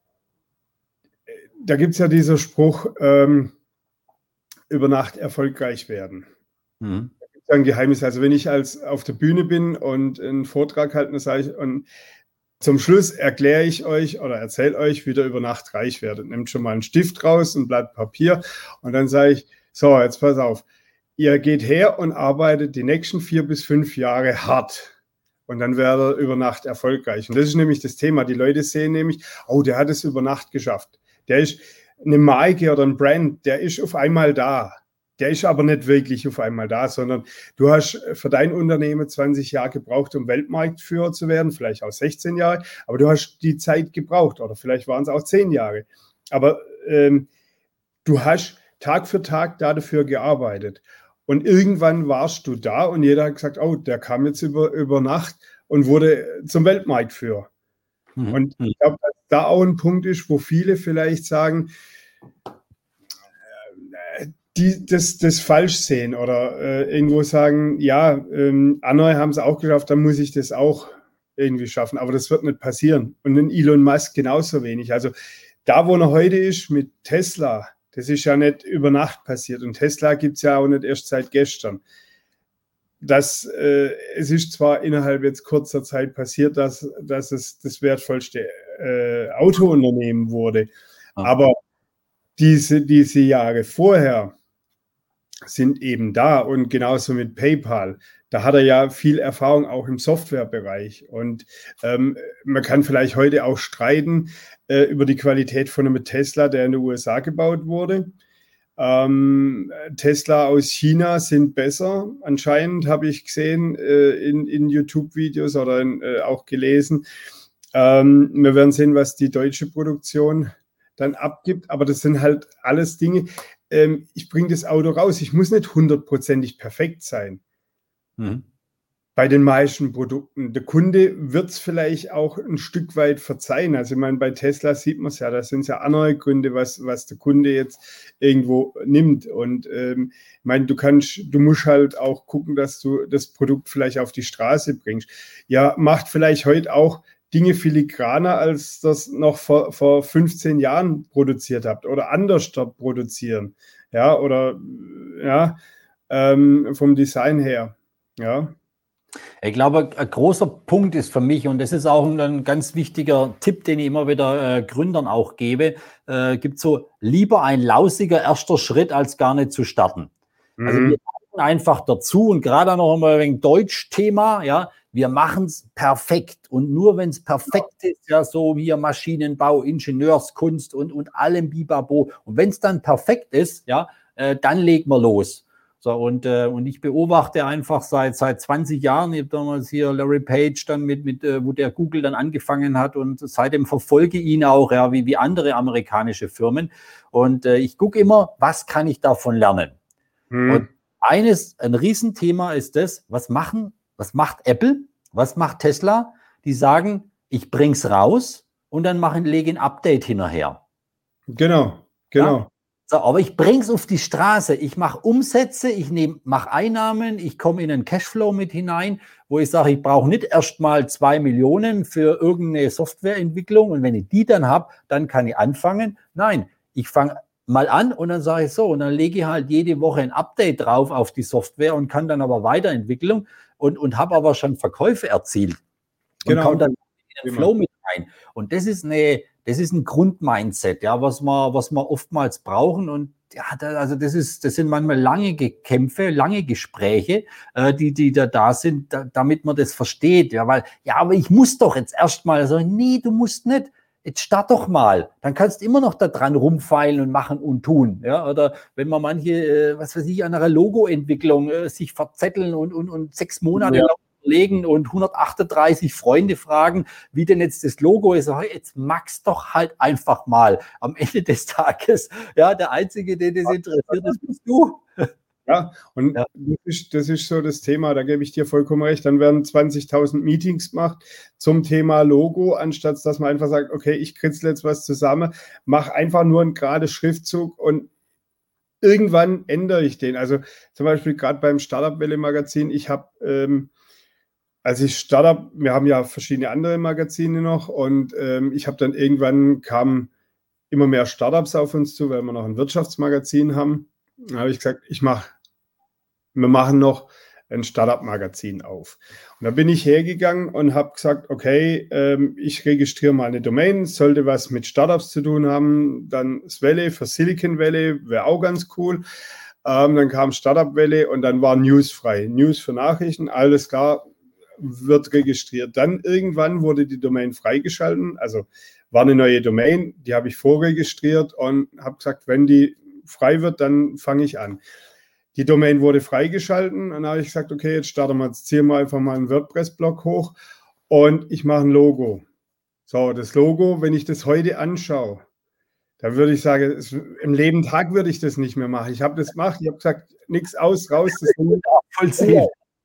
da gibt es ja dieser Spruch, ähm, über Nacht erfolgreich werden. Mhm. Das ist ein Geheimnis. Also wenn ich als auf der Bühne bin und einen Vortrag halte, sage ich, und zum Schluss erkläre ich euch oder erzähle euch, wie ihr über Nacht reich werdet. Nehmt schon mal einen Stift raus, ein Blatt Papier und dann sage ich, so, jetzt pass auf, ihr geht her und arbeitet die nächsten vier bis fünf Jahre hart. Und dann werdet ihr über Nacht erfolgreich. Und das ist nämlich das Thema. Die Leute sehen nämlich, oh, der hat es über Nacht geschafft. Der ist eine Marke oder ein Brand, der ist auf einmal da. Der ist aber nicht wirklich auf einmal da, sondern du hast für dein Unternehmen zwanzig Jahre gebraucht, um Weltmarktführer zu werden, vielleicht auch sechzehn Jahre, aber du hast die Zeit gebraucht oder vielleicht waren es auch zehn Jahre. Aber ähm, du hast Tag für Tag dafür gearbeitet. Und irgendwann warst du da und jeder hat gesagt, oh, der kam jetzt über, über Nacht und wurde zum Weltmarktführer. Mhm. Und Mhm. ich glaube, dass da auch ein Punkt ist, wo viele vielleicht sagen, die das, das falsch sehen oder äh, irgendwo sagen, ja, ähm, andere haben es auch geschafft, dann muss ich das auch irgendwie schaffen. Aber das wird nicht passieren. Und ein Elon Musk genauso wenig. Also da, wo er heute ist mit Tesla, das ist ja nicht über Nacht passiert. Und Tesla gibt es ja auch nicht erst seit gestern. Das, äh, es ist zwar innerhalb jetzt kurzer Zeit passiert, dass, dass es das wertvollste äh, Autounternehmen wurde, Ja. aber diese, diese Jahre vorher, sind eben da und genauso mit PayPal. Da hat er ja viel Erfahrung auch im Softwarebereich und ähm, man kann vielleicht heute auch streiten äh, über die Qualität von einem Tesla, der in den U S A gebaut wurde. Ähm, Tesla aus China sind besser, anscheinend habe ich gesehen äh, in, in YouTube-Videos oder in, äh, auch gelesen. Ähm, wir werden sehen, was die deutsche Produktion dann abgibt, aber das sind halt alles Dinge. Ähm, ich bringe das Auto raus, ich muss nicht hundertprozentig perfekt sein. Mhm. Bei den meisten Produkten. Der Kunde wird es vielleicht auch ein Stück weit verzeihen. Also ich meine, bei Tesla sieht man es ja, da sind es ja andere Gründe, was, was der Kunde jetzt irgendwo nimmt. Und ähm, ich meine, du kannst, du musst halt auch gucken, dass du das Produkt vielleicht auf die Straße bringst. Ja, macht vielleicht heute auch Dinge filigraner, als das noch vor, vor fünfzehn Jahren produziert habt oder anders produzieren. Ja, oder ja, ähm, vom Design her. Ja. Ich glaube, ein großer Punkt ist für mich, und das ist auch ein ganz wichtiger Tipp, den ich immer wieder äh, Gründern auch gebe, äh, gibt so lieber ein lausiger erster Schritt, als gar nicht zu starten. Mhm. Also wir machen einfach dazu und gerade noch einmal wegen Deutsch-Thema, ja, wir machen es perfekt und nur wenn es perfekt ist, ja, so wie Maschinenbau, Ingenieurskunst und, und allem Bibabo und wenn es dann perfekt ist, ja, äh, dann legen wir los. So, und, äh, und ich beobachte einfach seit, seit zwanzig Jahren, ich habe damals hier Larry Page dann mit, mit äh, wo der Google dann angefangen hat und seitdem verfolge ihn auch, ja, wie, wie andere amerikanische Firmen. Und äh, ich gucke immer, was kann ich davon lernen? Hm. Und eines, ein Riesenthema ist das, was machen, was macht Apple, was macht Tesla? Die sagen, ich bring's raus und dann machen, lege ein Update hinterher. Genau, genau. Ja? So, aber ich bringe es auf die Straße. Ich mache Umsätze, ich mache Einnahmen, ich komme in einen Cashflow mit hinein, wo ich sage, ich brauche nicht erst mal zwei Millionen für irgendeine Softwareentwicklung und wenn ich die dann habe, dann kann ich anfangen. Nein, ich fange mal an und dann sage ich so und dann lege ich halt jede Woche ein Update drauf auf die Software und kann dann aber weiterentwickeln und, und habe aber schon Verkäufe erzielt. Genau. Und komme dann in den Flow mit rein. Und das ist eine Das ist ein Grundmindset, ja, was wir, was wir oftmals brauchen. Und ja, da, also das ist, das sind manchmal lange Kämpfe, lange Gespräche, äh, die, die da, da sind, da, damit man das versteht. Ja, weil, ja, aber ich muss doch jetzt erstmal sagen, nee, du musst nicht. Jetzt start doch mal. Dann kannst du immer noch da dran rumfeilen und machen und tun. Ja, oder wenn man manche, äh, was weiß ich, an einer Logoentwicklung äh, sich verzetteln und, und, und sechs Monate ja. lang legen und hundertachtunddreißig Freunde fragen, wie denn jetzt das Logo ist. Jetzt mag's doch halt einfach mal. Am Ende des Tages, ja, der Einzige, den das interessiert, das bist du. Ja, und ja. Das, ist, das ist so das Thema, da gebe ich dir vollkommen recht. Dann werden zwanzigtausend Meetings gemacht zum Thema Logo, anstatt dass man einfach sagt, okay, ich kritzle jetzt was zusammen, mache einfach nur einen geraden Schriftzug und irgendwann ändere ich den. Also zum Beispiel gerade beim Startup-Welle-Magazin, ich habe ähm, als ich Startup, wir haben ja verschiedene andere Magazine noch und ähm, ich habe dann irgendwann kamen immer mehr Startups auf uns zu, weil wir noch ein Wirtschaftsmagazin haben. Da habe ich gesagt, ich mache, wir machen noch ein Startup-Magazin auf. Und da bin ich hergegangen und habe gesagt, okay, ähm, ich registriere mal eine Domain, sollte was mit Startups zu tun haben, dann das Valley für Silicon Valley wäre auch ganz cool. Ähm, dann kam Startup Valley und dann war News frei. News für Nachrichten, alles klar, wird registriert. Dann irgendwann wurde die Domain freigeschalten, also war eine neue Domain, die habe ich vorregistriert und habe gesagt, wenn die frei wird, dann fange ich an. Die Domain wurde freigeschalten und dann habe ich gesagt, okay, jetzt starten wir, jetzt ziehen wir einfach mal einen WordPress-Blog hoch und ich mache ein Logo. So, das Logo, wenn ich das heute anschaue, da würde ich sagen, es, im Leben Tag würde ich das nicht mehr machen. Ich habe das gemacht, ich habe gesagt, nichts aus, raus. Das vollziehen.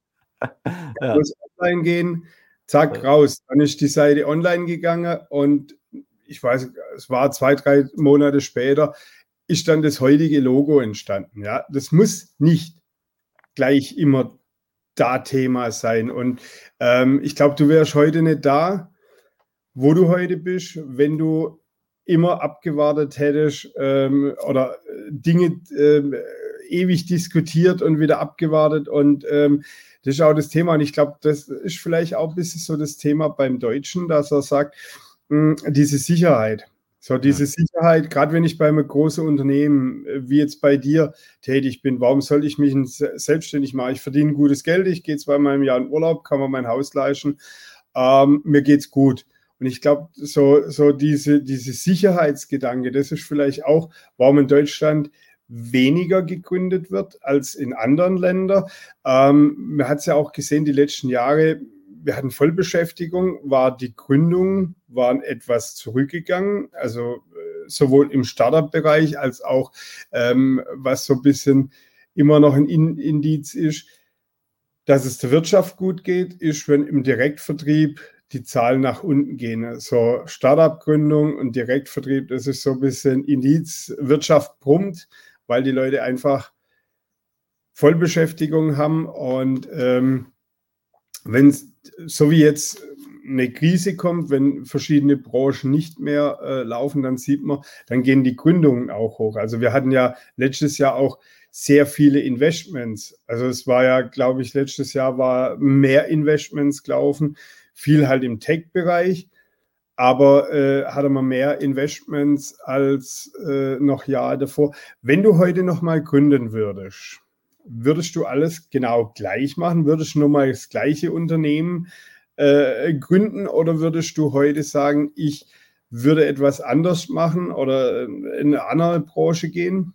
Ja. Muss online gehen, zack, raus. Dann ist die Seite online gegangen und ich weiß, es war zwei, drei Monate später, ist dann das heutige Logo entstanden. Ja, das muss nicht gleich immer da Thema sein. Und ähm, ich glaube, du wärst heute nicht da, wo du heute bist, wenn du immer abgewartet hättest ähm, oder Dinge ähm, ewig diskutiert und wieder abgewartet und ähm, das ist auch das Thema und ich glaube, das ist vielleicht auch ein bisschen so das Thema beim Deutschen, dass er sagt, mh, diese Sicherheit. So diese ja. Sicherheit, gerade wenn ich bei einem großen Unternehmen wie jetzt bei dir tätig bin, warum soll ich mich selbstständig machen? Ich verdiene gutes Geld, ich gehe zweimal im Jahr in Urlaub, kann mir mein Haus leisten, ähm, mir geht's gut. Und ich glaube, so, so diese, diese Sicherheitsgedanke, das ist vielleicht auch, warum in Deutschland weniger gegründet wird als in anderen Ländern. Ähm, man hat es ja auch gesehen, die letzten Jahre, wir hatten Vollbeschäftigung, war die Gründung, waren etwas zurückgegangen, also äh, sowohl im Startup-Bereich als auch, ähm, was so ein bisschen immer noch ein Indiz ist, dass es der Wirtschaft gut geht, ist, wenn im Direktvertrieb die Zahlen nach unten gehen. So Startup-Gründung und Direktvertrieb, das ist so ein bisschen Indiz, Wirtschaft brummt, weil die Leute einfach Vollbeschäftigung haben und ähm, wenn es, so wie jetzt eine Krise kommt, wenn verschiedene Branchen nicht mehr äh, laufen, dann sieht man, dann gehen die Gründungen auch hoch. Also wir hatten ja letztes Jahr auch sehr viele Investments. Also es war ja, glaube ich, letztes Jahr war mehr Investments gelaufen, viel halt im Tech-Bereich, aber äh, hatte man mehr Investments als äh, noch Jahre davor. Wenn du heute noch mal gründen würdest, würdest du alles genau gleich machen? Würdest du nochmal das gleiche Unternehmen äh, gründen oder würdest du heute sagen, ich würde etwas anders machen oder in eine andere Branche gehen?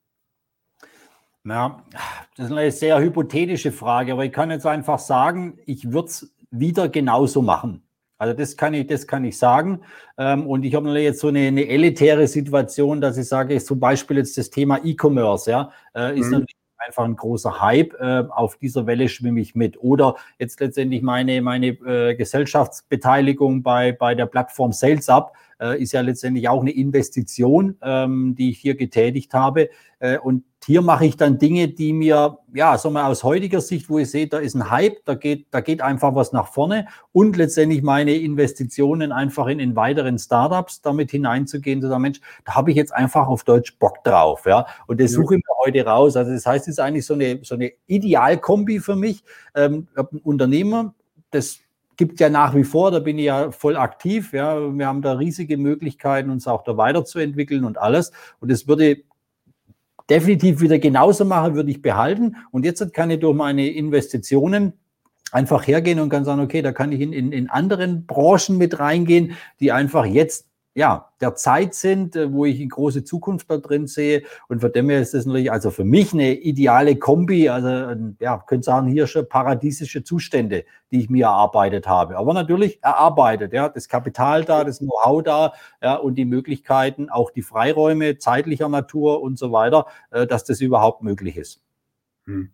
Ja, das ist eine sehr hypothetische Frage, aber ich kann jetzt einfach sagen, ich würde es wieder genauso machen. Also das kann ich, das kann ich sagen. Und ich habe jetzt so eine, eine elitäre Situation, dass ich sage, zum Beispiel jetzt das Thema E-Commerce, ja, ist mhm. natürlich einfach ein großer Hype. Auf dieser Welle schwimme ich mit. Oder jetzt letztendlich meine, meine Gesellschaftsbeteiligung bei, bei der Plattform SalesUp ist ja letztendlich auch eine Investition, die ich hier getätigt habe. Und hier mache ich dann Dinge, die mir, ja, sagen wir aus heutiger Sicht, wo ich sehe, da ist ein Hype, da geht, da geht einfach was nach vorne und letztendlich meine Investitionen einfach in, in weiteren Startups damit hineinzugehen, zu sagen, Mensch, da habe ich jetzt einfach auf Deutsch Bock drauf, ja, und das suche ich mir heute raus. Also das heißt, es ist eigentlich so eine, so eine Idealkombi für mich. Ähm, ein Unternehmer, das gibt ja nach wie vor, da bin ich ja voll aktiv, ja, wir haben da riesige Möglichkeiten, uns auch da weiterzuentwickeln und alles und es würde definitiv wieder genauso machen, würde ich behalten. Und jetzt kann ich durch meine Investitionen einfach hergehen und kann sagen, okay, da kann ich in, in, in anderen Branchen mit reingehen, die einfach jetzt ja, der Zeit sind, wo ich eine große Zukunft da drin sehe. Und von dem her ist das natürlich also für mich eine ideale Kombi. Also ja, könnt sagen, hier schon paradiesische Zustände, die ich mir erarbeitet habe. Aber natürlich erarbeitet, ja, das Kapital da, das Know-how da, ja, und die Möglichkeiten, auch die Freiräume zeitlicher Natur und so weiter, dass das überhaupt möglich ist. Hm.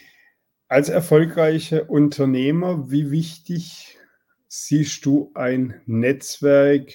Als erfolgreicher Unternehmer, wie wichtig siehst du ein Netzwerk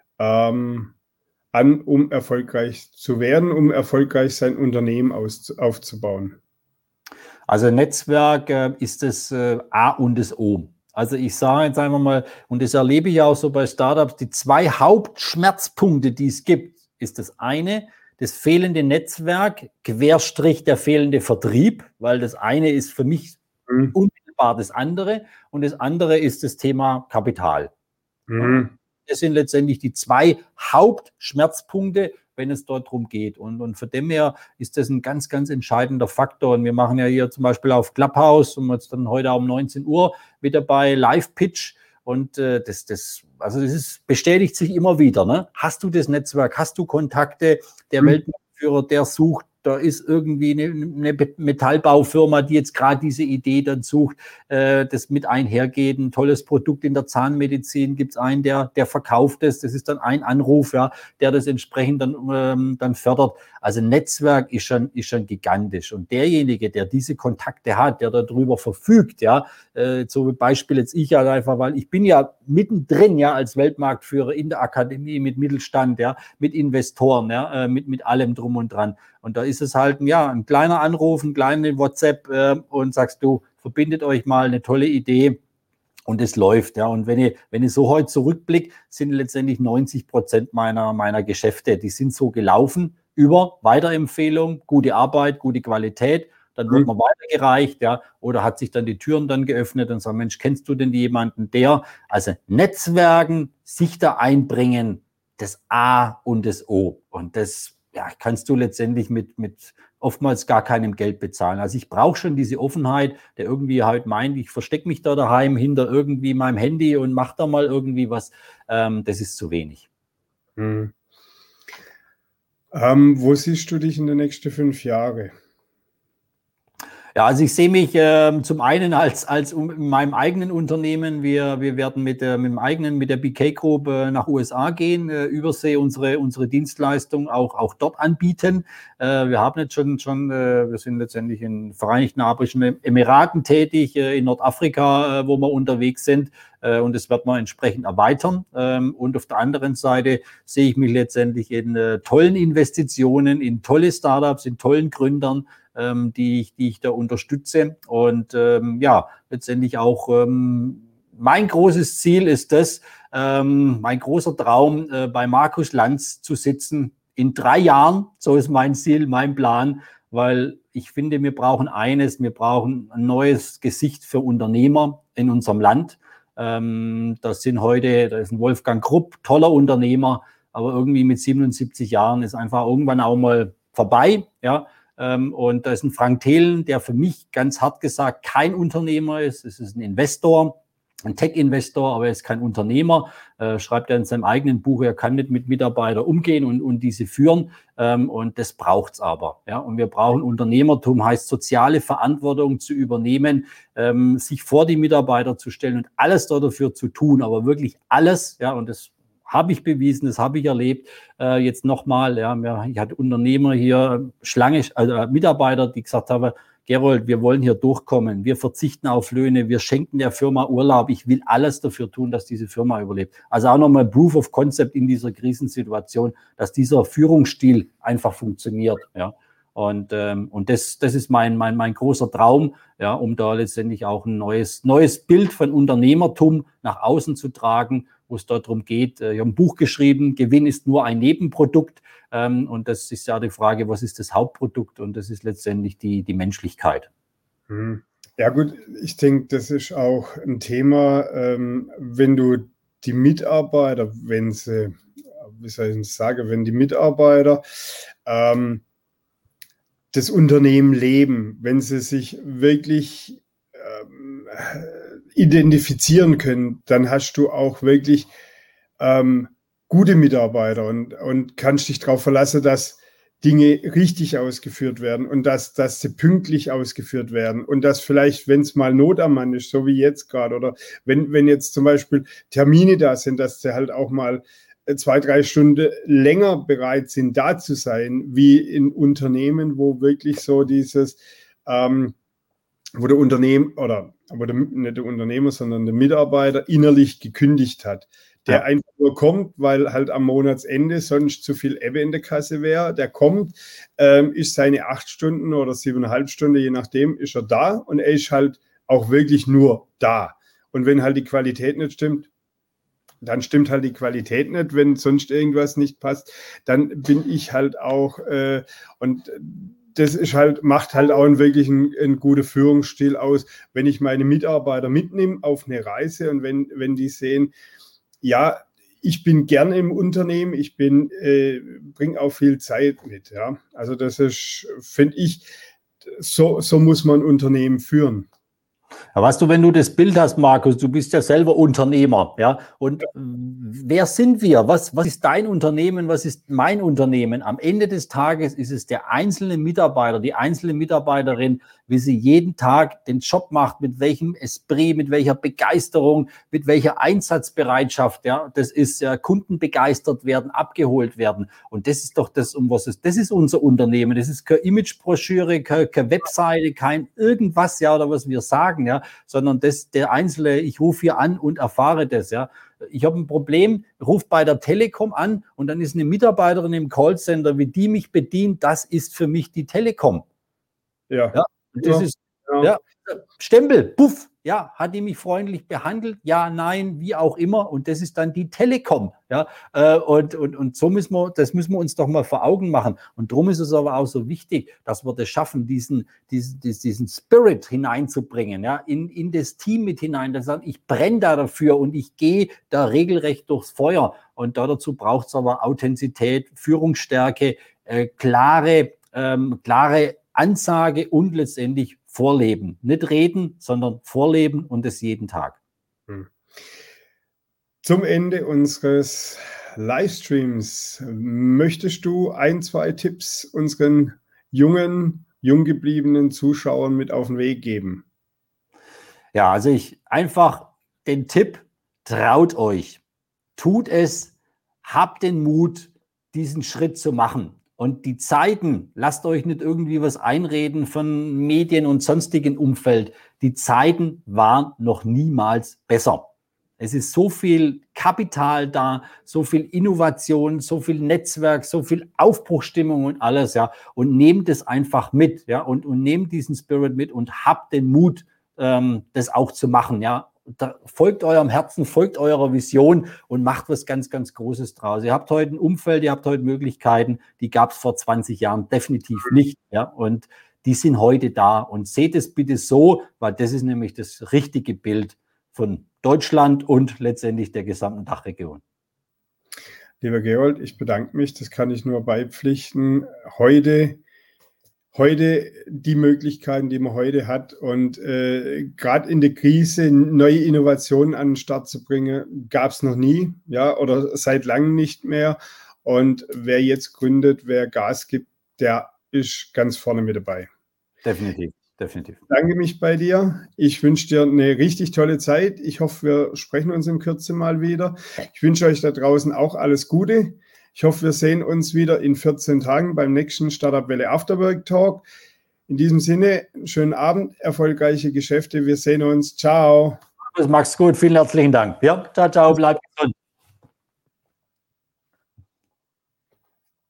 ähm, an, um erfolgreich zu werden, um erfolgreich sein Unternehmen aus, aufzubauen? Also Netzwerk äh, ist das äh, A und das O. Also ich sage jetzt einfach mal, und das erlebe ich auch so bei Startups, die zwei Hauptschmerzpunkte, die es gibt, ist das eine, das fehlende Netzwerk, Querstrich der fehlende Vertrieb, weil das eine ist für mich mhm. unmittelbar das andere und das andere ist das Thema Kapital. Mhm. Das sind letztendlich die zwei Hauptschmerzpunkte, wenn es dort drum geht. Und, und von dem her ist das ein ganz, ganz entscheidender Faktor. Und wir machen ja hier zum Beispiel auf Clubhouse und jetzt dann heute um neunzehn Uhr wieder bei Live-Pitch. Und äh, das, das, also das ist, bestätigt sich immer wieder. Ne? Hast du das Netzwerk? Hast du Kontakte? Der mhm. Weltmarktführer, der sucht, da ist irgendwie eine, eine Metallbaufirma, die jetzt gerade diese Idee dann sucht, äh, das mit einhergeht. Ein tolles Produkt in der Zahnmedizin, gibt es einen, der, der verkauft es. Das ist dann ein Anruf, ja, der das entsprechend dann, ähm, dann fördert. Also Netzwerk ist schon, ist schon gigantisch. Und derjenige, der diese Kontakte hat, der darüber verfügt, ja, äh, so Beispiel jetzt ich halt einfach, weil ich bin ja mittendrin, ja, als Weltmarktführer in der Akademie mit Mittelstand, ja, mit Investoren, ja, äh, mit, mit allem drum und dran. Und da ist es halt, ja, ein kleiner Anruf, ein kleiner WhatsApp äh, und sagst du, verbindet euch mal, eine tolle Idee und es läuft, ja. Und wenn ich, wenn ich so heute zurückblicke, sind letztendlich neunzig Prozent meiner, meiner Geschäfte, die sind so gelaufen über Weiterempfehlung, gute Arbeit, gute Qualität. Dann wird man weitergereicht, ja, oder hat sich dann die Türen dann geöffnet und sagt, Mensch, kennst du denn jemanden, der, also Netzwerken, sich da einbringen, das A und das O. Und das ja, kannst du letztendlich mit, mit oftmals gar keinem Geld bezahlen. Also ich brauche schon diese Offenheit, der irgendwie halt meint, ich verstecke mich da daheim hinter irgendwie meinem Handy und mache da mal irgendwie was. Ähm, das ist zu wenig. Hm. Ähm, wo siehst du dich in den nächsten fünf Jahren? Ja, also ich sehe mich ähm, zum einen als, als um, in meinem eigenen Unternehmen. Wir, wir werden mit, der, mit dem eigenen, mit der B K Group äh, nach U S A gehen, äh, Übersee unsere, unsere Dienstleistung auch, auch dort anbieten. Äh, wir haben jetzt schon, schon äh, wir sind letztendlich in Vereinigten Arabischen Emiraten tätig, äh, in Nordafrika, äh, wo wir unterwegs sind. Äh, und das wird man entsprechend erweitern. Ähm, und auf der anderen Seite sehe ich mich letztendlich in äh, tollen Investitionen, in tolle Startups, in tollen Gründern, Ähm, die, ich, die ich da unterstütze. Und ähm, ja, letztendlich auch ähm, mein großes Ziel ist das, ähm, mein großer Traum, äh, bei Markus Lanz zu sitzen in drei Jahren. So ist mein Ziel, mein Plan, weil ich finde, wir brauchen eines, wir brauchen ein neues Gesicht für Unternehmer in unserem Land. Ähm, das sind heute, da ist ein Wolfgang Krupp, toller Unternehmer, aber irgendwie mit siebenundsiebzig Jahren ist einfach irgendwann auch mal vorbei, ja. Und da ist ein Frank Thelen, der für mich ganz hart gesagt kein Unternehmer ist. Es ist ein Investor, ein Tech-Investor, aber er ist kein Unternehmer. Äh, schreibt er in seinem eigenen Buch, er kann nicht mit Mitarbeitern umgehen und, und diese führen. Ähm, und das braucht's aber. Ja? Und wir brauchen Unternehmertum, heißt soziale Verantwortung zu übernehmen, ähm, sich vor die Mitarbeiter zu stellen und alles dafür zu tun, aber wirklich alles. Ja, und das habe ich bewiesen, das habe ich erlebt. Äh, jetzt nochmal, ja, ich hatte Unternehmer hier, Schlange, also Mitarbeiter, die gesagt haben, Gerold, wir wollen hier durchkommen, wir verzichten auf Löhne, wir schenken der Firma Urlaub, ich will alles dafür tun, dass diese Firma überlebt. Also auch nochmal Proof of Concept in dieser Krisensituation, dass dieser Führungsstil einfach funktioniert, ja. Und, ähm, und das, das ist mein, mein, mein großer Traum, ja, um da letztendlich auch ein neues, neues Bild von Unternehmertum nach außen zu tragen, wo es dort darum geht. Ich habe ein Buch geschrieben, Gewinn ist nur ein Nebenprodukt. Ähm, und das ist ja die Frage, was ist das Hauptprodukt? Und das ist letztendlich die, die Menschlichkeit. Ja gut, ich denke, das ist auch ein Thema, ähm, wenn du die Mitarbeiter, wenn sie, wie soll ich sagen, wenn die Mitarbeiter ähm, das Unternehmen leben, wenn sie sich wirklich ähm, identifizieren können, dann hast du auch wirklich ähm, gute Mitarbeiter und, und kannst dich darauf verlassen, dass Dinge richtig ausgeführt werden und dass, dass sie pünktlich ausgeführt werden und dass vielleicht, wenn es mal Not am Mann ist, so wie jetzt gerade, oder wenn, wenn jetzt zum Beispiel Termine da sind, dass sie halt auch mal zwei, drei Stunden länger bereit sind, da zu sein, wie in Unternehmen, wo wirklich so dieses, ähm, wo der Unternehmer, oder wo der, nicht der Unternehmer, sondern der Mitarbeiter innerlich gekündigt hat. Der ja. einfach nur kommt, weil halt am Monatsende sonst zu viel Ebbe in der Kasse wäre. Der kommt, ähm, ist seine acht Stunden oder siebeneinhalb Stunden, je nachdem, ist er da und er ist halt auch wirklich nur da. Und wenn halt die Qualität nicht stimmt, dann stimmt halt die Qualität nicht, wenn sonst irgendwas nicht passt, dann bin ich halt auch, äh, und das ist halt, macht halt auch einen wirklich einen, einen guten Führungsstil aus, wenn ich meine Mitarbeiter mitnehme auf eine Reise und wenn, wenn die sehen, ja, ich bin gerne im Unternehmen, ich bin, äh, bringe auch viel Zeit mit, ja. Also das ist, finde ich, so, so muss man Unternehmen führen. Ja, weißt du, wenn du das Bild hast, Markus, du bist ja selber Unternehmer, ja, und wer sind wir? Was, was ist dein Unternehmen? Was ist mein Unternehmen? Am Ende des Tages ist es der einzelne Mitarbeiter, die einzelne Mitarbeiterin, wie sie jeden Tag den Job macht, mit welchem Esprit, mit welcher Begeisterung, mit welcher Einsatzbereitschaft, ja, das ist ja, Kunden begeistert werden, abgeholt werden. Und das ist doch das, um was es, das ist unser Unternehmen. Das ist keine Imagebroschüre, keine, keine Webseite, kein irgendwas, ja, oder was wir sagen, ja, sondern das, der Einzelne, ich rufe hier an und erfahre das, ja. Ich habe ein Problem, rufe bei der Telekom an und dann ist eine Mitarbeiterin im Callcenter, wie die mich bedient, das ist für mich die Telekom. Ja. Ja, das ja. ist, Genau. Ja, Stempel, puff, ja, hat die mich freundlich behandelt? Ja, nein, wie auch immer. Und das ist dann die Telekom. Ja, äh, und, und, und so müssen wir, das müssen wir uns doch mal vor Augen machen. Und darum ist es aber auch so wichtig, dass wir das schaffen, diesen, diesen, diesen Spirit hineinzubringen, ja, in, in das Team mit hinein. Das sagt, ich brenne da dafür und ich gehe da regelrecht durchs Feuer. Und da dazu braucht es aber Authentizität, Führungsstärke, äh, klare, ähm, klare Ansage und letztendlich Vorleben. Nicht reden, sondern vorleben und das jeden Tag. Zum Ende unseres Livestreams möchtest du ein, zwei Tipps unseren jungen, jung gebliebenen Zuschauern mit auf den Weg geben? Ja, also ich einfach den Tipp, traut euch, tut es, habt den Mut, diesen Schritt zu machen. Und die Zeiten, lasst euch nicht irgendwie was einreden von Medien und sonstigen Umfeld. Die Zeiten waren noch niemals besser. Es ist so viel Kapital da, so viel Innovation, so viel Netzwerk, so viel Aufbruchstimmung und alles, ja. Und nehmt es einfach mit, ja. Und, und nehmt diesen Spirit mit und habt den Mut, ähm, das auch zu machen, ja. Da folgt eurem Herzen, folgt eurer Vision und macht was ganz, ganz Großes draus. Ihr habt heute ein Umfeld, ihr habt heute Möglichkeiten, die gab es vor zwanzig Jahren definitiv nicht. Ja? Und die sind heute da. Und seht es bitte so, weil das ist nämlich das richtige Bild von Deutschland und letztendlich der gesamten Dachregion. Lieber Gerold, ich bedanke mich, das kann ich nur beipflichten. Heute Heute die Möglichkeiten, die man heute hat und äh, gerade in der Krise neue Innovationen an den Start zu bringen, gab es noch nie, ja, oder seit langem nicht mehr. Und wer jetzt gründet, wer Gas gibt, der ist ganz vorne mit dabei. Definitiv, definitiv. Ich danke mich bei dir. Ich wünsche dir eine richtig tolle Zeit. Ich hoffe, wir sprechen uns in Kürze mal wieder. Ich wünsche euch da draußen auch alles Gute. Ich hoffe, wir sehen uns wieder in vierzehn Tagen beim nächsten Startup Welle Afterwork Talk. In diesem Sinne, schönen Abend, erfolgreiche Geschäfte. Wir sehen uns. Ciao. Das mach's gut. Vielen herzlichen Dank. Ja, ciao, ciao. Bleibt gesund.